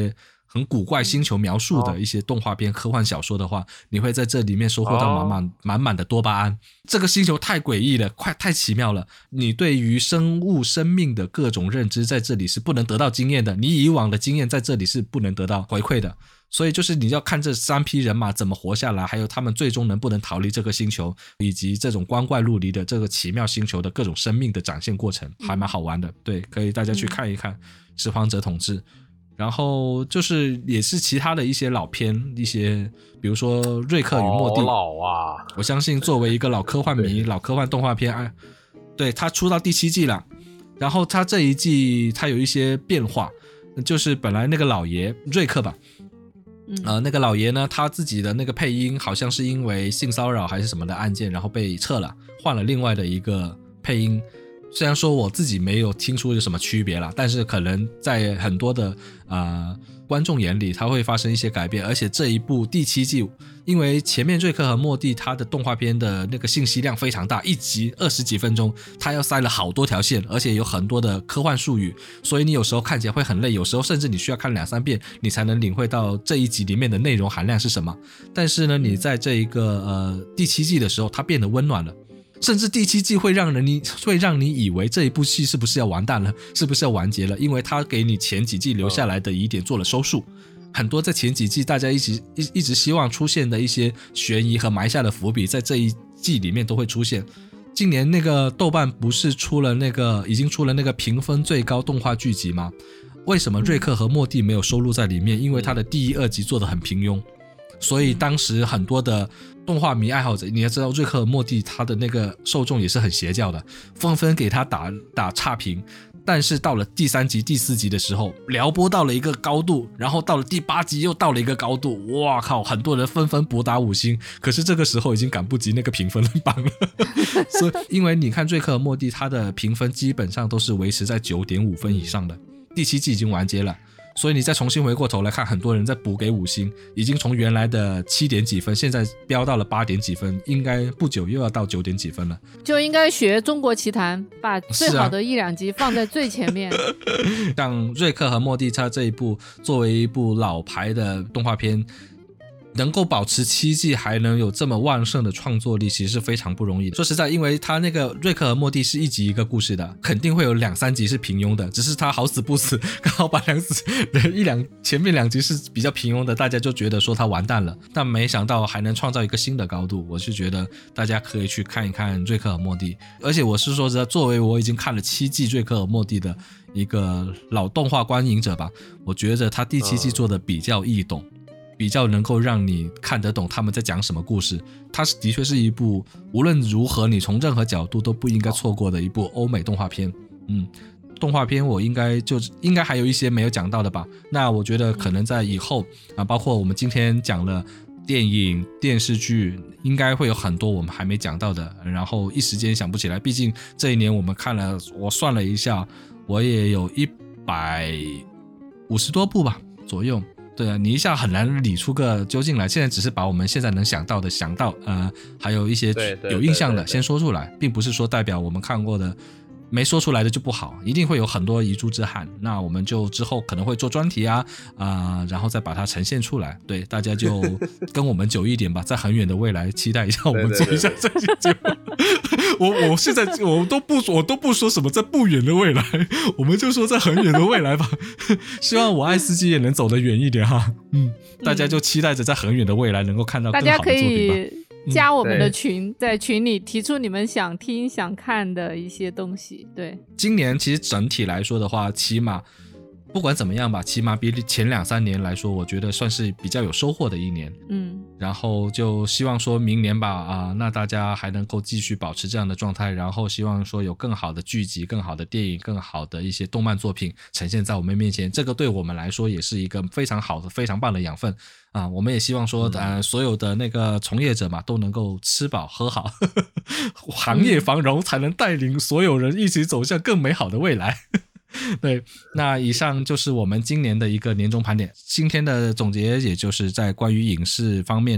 Speaker 3: 很古怪星球描述的一些动画片、科幻小说的话，你会在这里面收获到满满满满的多巴胺。这个星球太诡异了，快太奇妙了，你对于生物生命的各种认知在这里是不能得到经验的，你以往的经验在这里是不能得到回馈的。所以就是你要看这三匹人马怎么活下来，还有他们最终能不能逃离这个星球，以及这种光怪陆离的这个奇妙星球的各种生命的展现过程，还蛮好玩的。对，可以大家去看一看拾荒者统治。然后就是也是其他的一些老片，一些比如说瑞克与莫蒂、
Speaker 2: 哦、老啊，
Speaker 3: 我相信作为一个老科幻迷老科幻动画片、啊、对，他出到第七季了，然后他这一季他有一些变化，就是本来那个老爷瑞克吧，呃，那个老爷呢，他自己的那个配音好像是因为性骚扰还是什么的案件，然后被撤了，换了另外的一个配音。虽然说我自己没有听出有什么区别啦，但是可能在很多的呃观众眼里，它会发生一些改变。而且这一部第七季，因为前面瑞克和莫蒂它的动画片的那个信息量非常大，一集二十几分钟，它要塞了好多条线，而且有很多的科幻术语，所以你有时候看起来会很累，有时候甚至你需要看两三遍，你才能领会到这一集里面的内容含量是什么。但是呢，你在这一个呃第七季的时候，它变得温暖了。甚至第七季会让人你会让你以为这一部戏是不是要完蛋了，是不是要完结了，因为它给你前几季留下来的疑点做了收束，很多在前几季大家一直 一, 一直希望出现的一些悬疑和埋下的伏笔，在这一季里面都会出现。今年那个豆瓣不是出了那个已经出了那个评分最高动画剧集吗？为什么瑞克和莫蒂没有收录在里面？因为它的第一二集做得很平庸，所以当时很多的动画迷爱好者，你要知道瑞克和莫蒂他的那个受众也是很邪教的，纷纷给他打打差评。但是到了第三集第四集的时候，撩拨到了一个高度，然后到了第八集又到了一个高度，哇靠，很多人纷纷博打五星，可是这个时候已经赶不及那个评分榜了。所以因为你看瑞克和莫蒂他的评分基本上都是维持在 九点五 分以上的，第七季已经完结了，所以你再重新回过头来看，很多人在补给五星，已经从原来的七点几分现在飙到了八点几分，应该不久又要到九点几分了。
Speaker 1: 就应该学中国奇谭，把最好的一两集放在最前面。
Speaker 3: 像瑞克和莫蒂他这一部作为一部老牌的动画片，能够保持七季还能有这么旺盛的创作力，其实是非常不容易的。说实在，因为他那个瑞克和莫蒂是一集一个故事的，肯定会有两三集是平庸的，只是他好死不死刚好把两集一两前面两集是比较平庸的，大家就觉得说他完蛋了，但没想到还能创造一个新的高度。我是觉得大家可以去看一看瑞克和莫蒂，而且我是说实在，作为我已经看了七季瑞克和莫蒂的一个老动画观影者吧，我觉得他第七季做的比较易懂，比较能够让你看得懂他们在讲什么故事。它的确是一部无论如何你从任何角度都不应该错过的一部欧美动画片。嗯，动画片我应该就应该还有一些没有讲到的吧，那我觉得可能在以后啊，包括我们今天讲了电影电视剧，应该会有很多我们还没讲到的，然后一时间想不起来，毕竟这一年我们看了，我算了一下，我也有一百五十多部吧左右。对啊，你一下很难理出个究竟来，现在只是把我们现在能想到的想到，呃，还有一些有印象的先说出来，并不是说代表我们看过的没说出来的就不好，一定会有很多遗珠之憾。那我们就之后可能会做专题啊，啊、呃，然后再把它呈现出来。对，大家就跟我们久一点吧，在很远的未来期待一下我们做一下这些节目。我我现在我都不我都不说什么在不远的未来，我们就说在很远的未来吧。希望我爱司机也能走得远一点哈。嗯，大家就期待着在很远的未来能够看到更好的作品吧。
Speaker 1: 大家可以加我们的群、嗯、在群里提出你们想听想看的一些东西。对，
Speaker 3: 今年其实整体来说的话，起码不管怎么样吧，起码比前两三年来说，我觉得算是比较有收获的一年。
Speaker 1: 嗯，
Speaker 3: 然后就希望说明年吧，啊，那大家还能够继续保持这样的状态，然后希望说有更好的剧集、更好的电影、更好的一些动漫作品呈现在我们面前，这个对我们来说也是一个非常好的、非常棒的养分啊。我们也希望说，呃，所有的那个从业者嘛，都能够吃饱喝好，呵呵，行业繁荣才能带领所有人一起走向更美好的未来。对，那以上就是我们今年的一个年终盘点。今天的总结也就是在关于影视方面的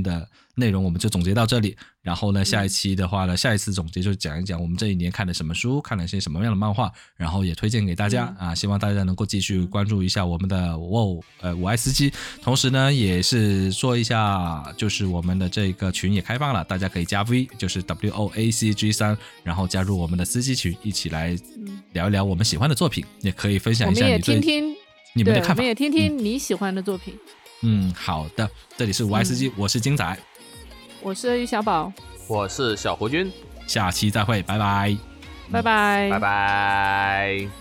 Speaker 3: 内容我们就总结到这里，然后呢下一期的话呢，下一次总结就讲一讲我们这一年看了什么书，看了些什么样的漫画，然后也推荐给大家、嗯、啊，希望大家能够继续关注一下我们的哇呃我爱司机，同时呢也是说一下，就是我们的这个群也开放了，大家可以加 V 就是 W O A C G 三，然后加入我们的司机群，一起来聊一聊我们喜欢的作品，也可以分享一下你对
Speaker 1: 我们也听听
Speaker 3: 你们的看法，
Speaker 1: 我们也听听你喜欢的作品。
Speaker 3: 嗯，好的，这里是我爱司机、嗯、我是金仔，
Speaker 1: 我是于小宝，
Speaker 2: 我是小胡军，
Speaker 3: 下期再会，拜拜，
Speaker 1: 拜拜，
Speaker 2: 拜拜。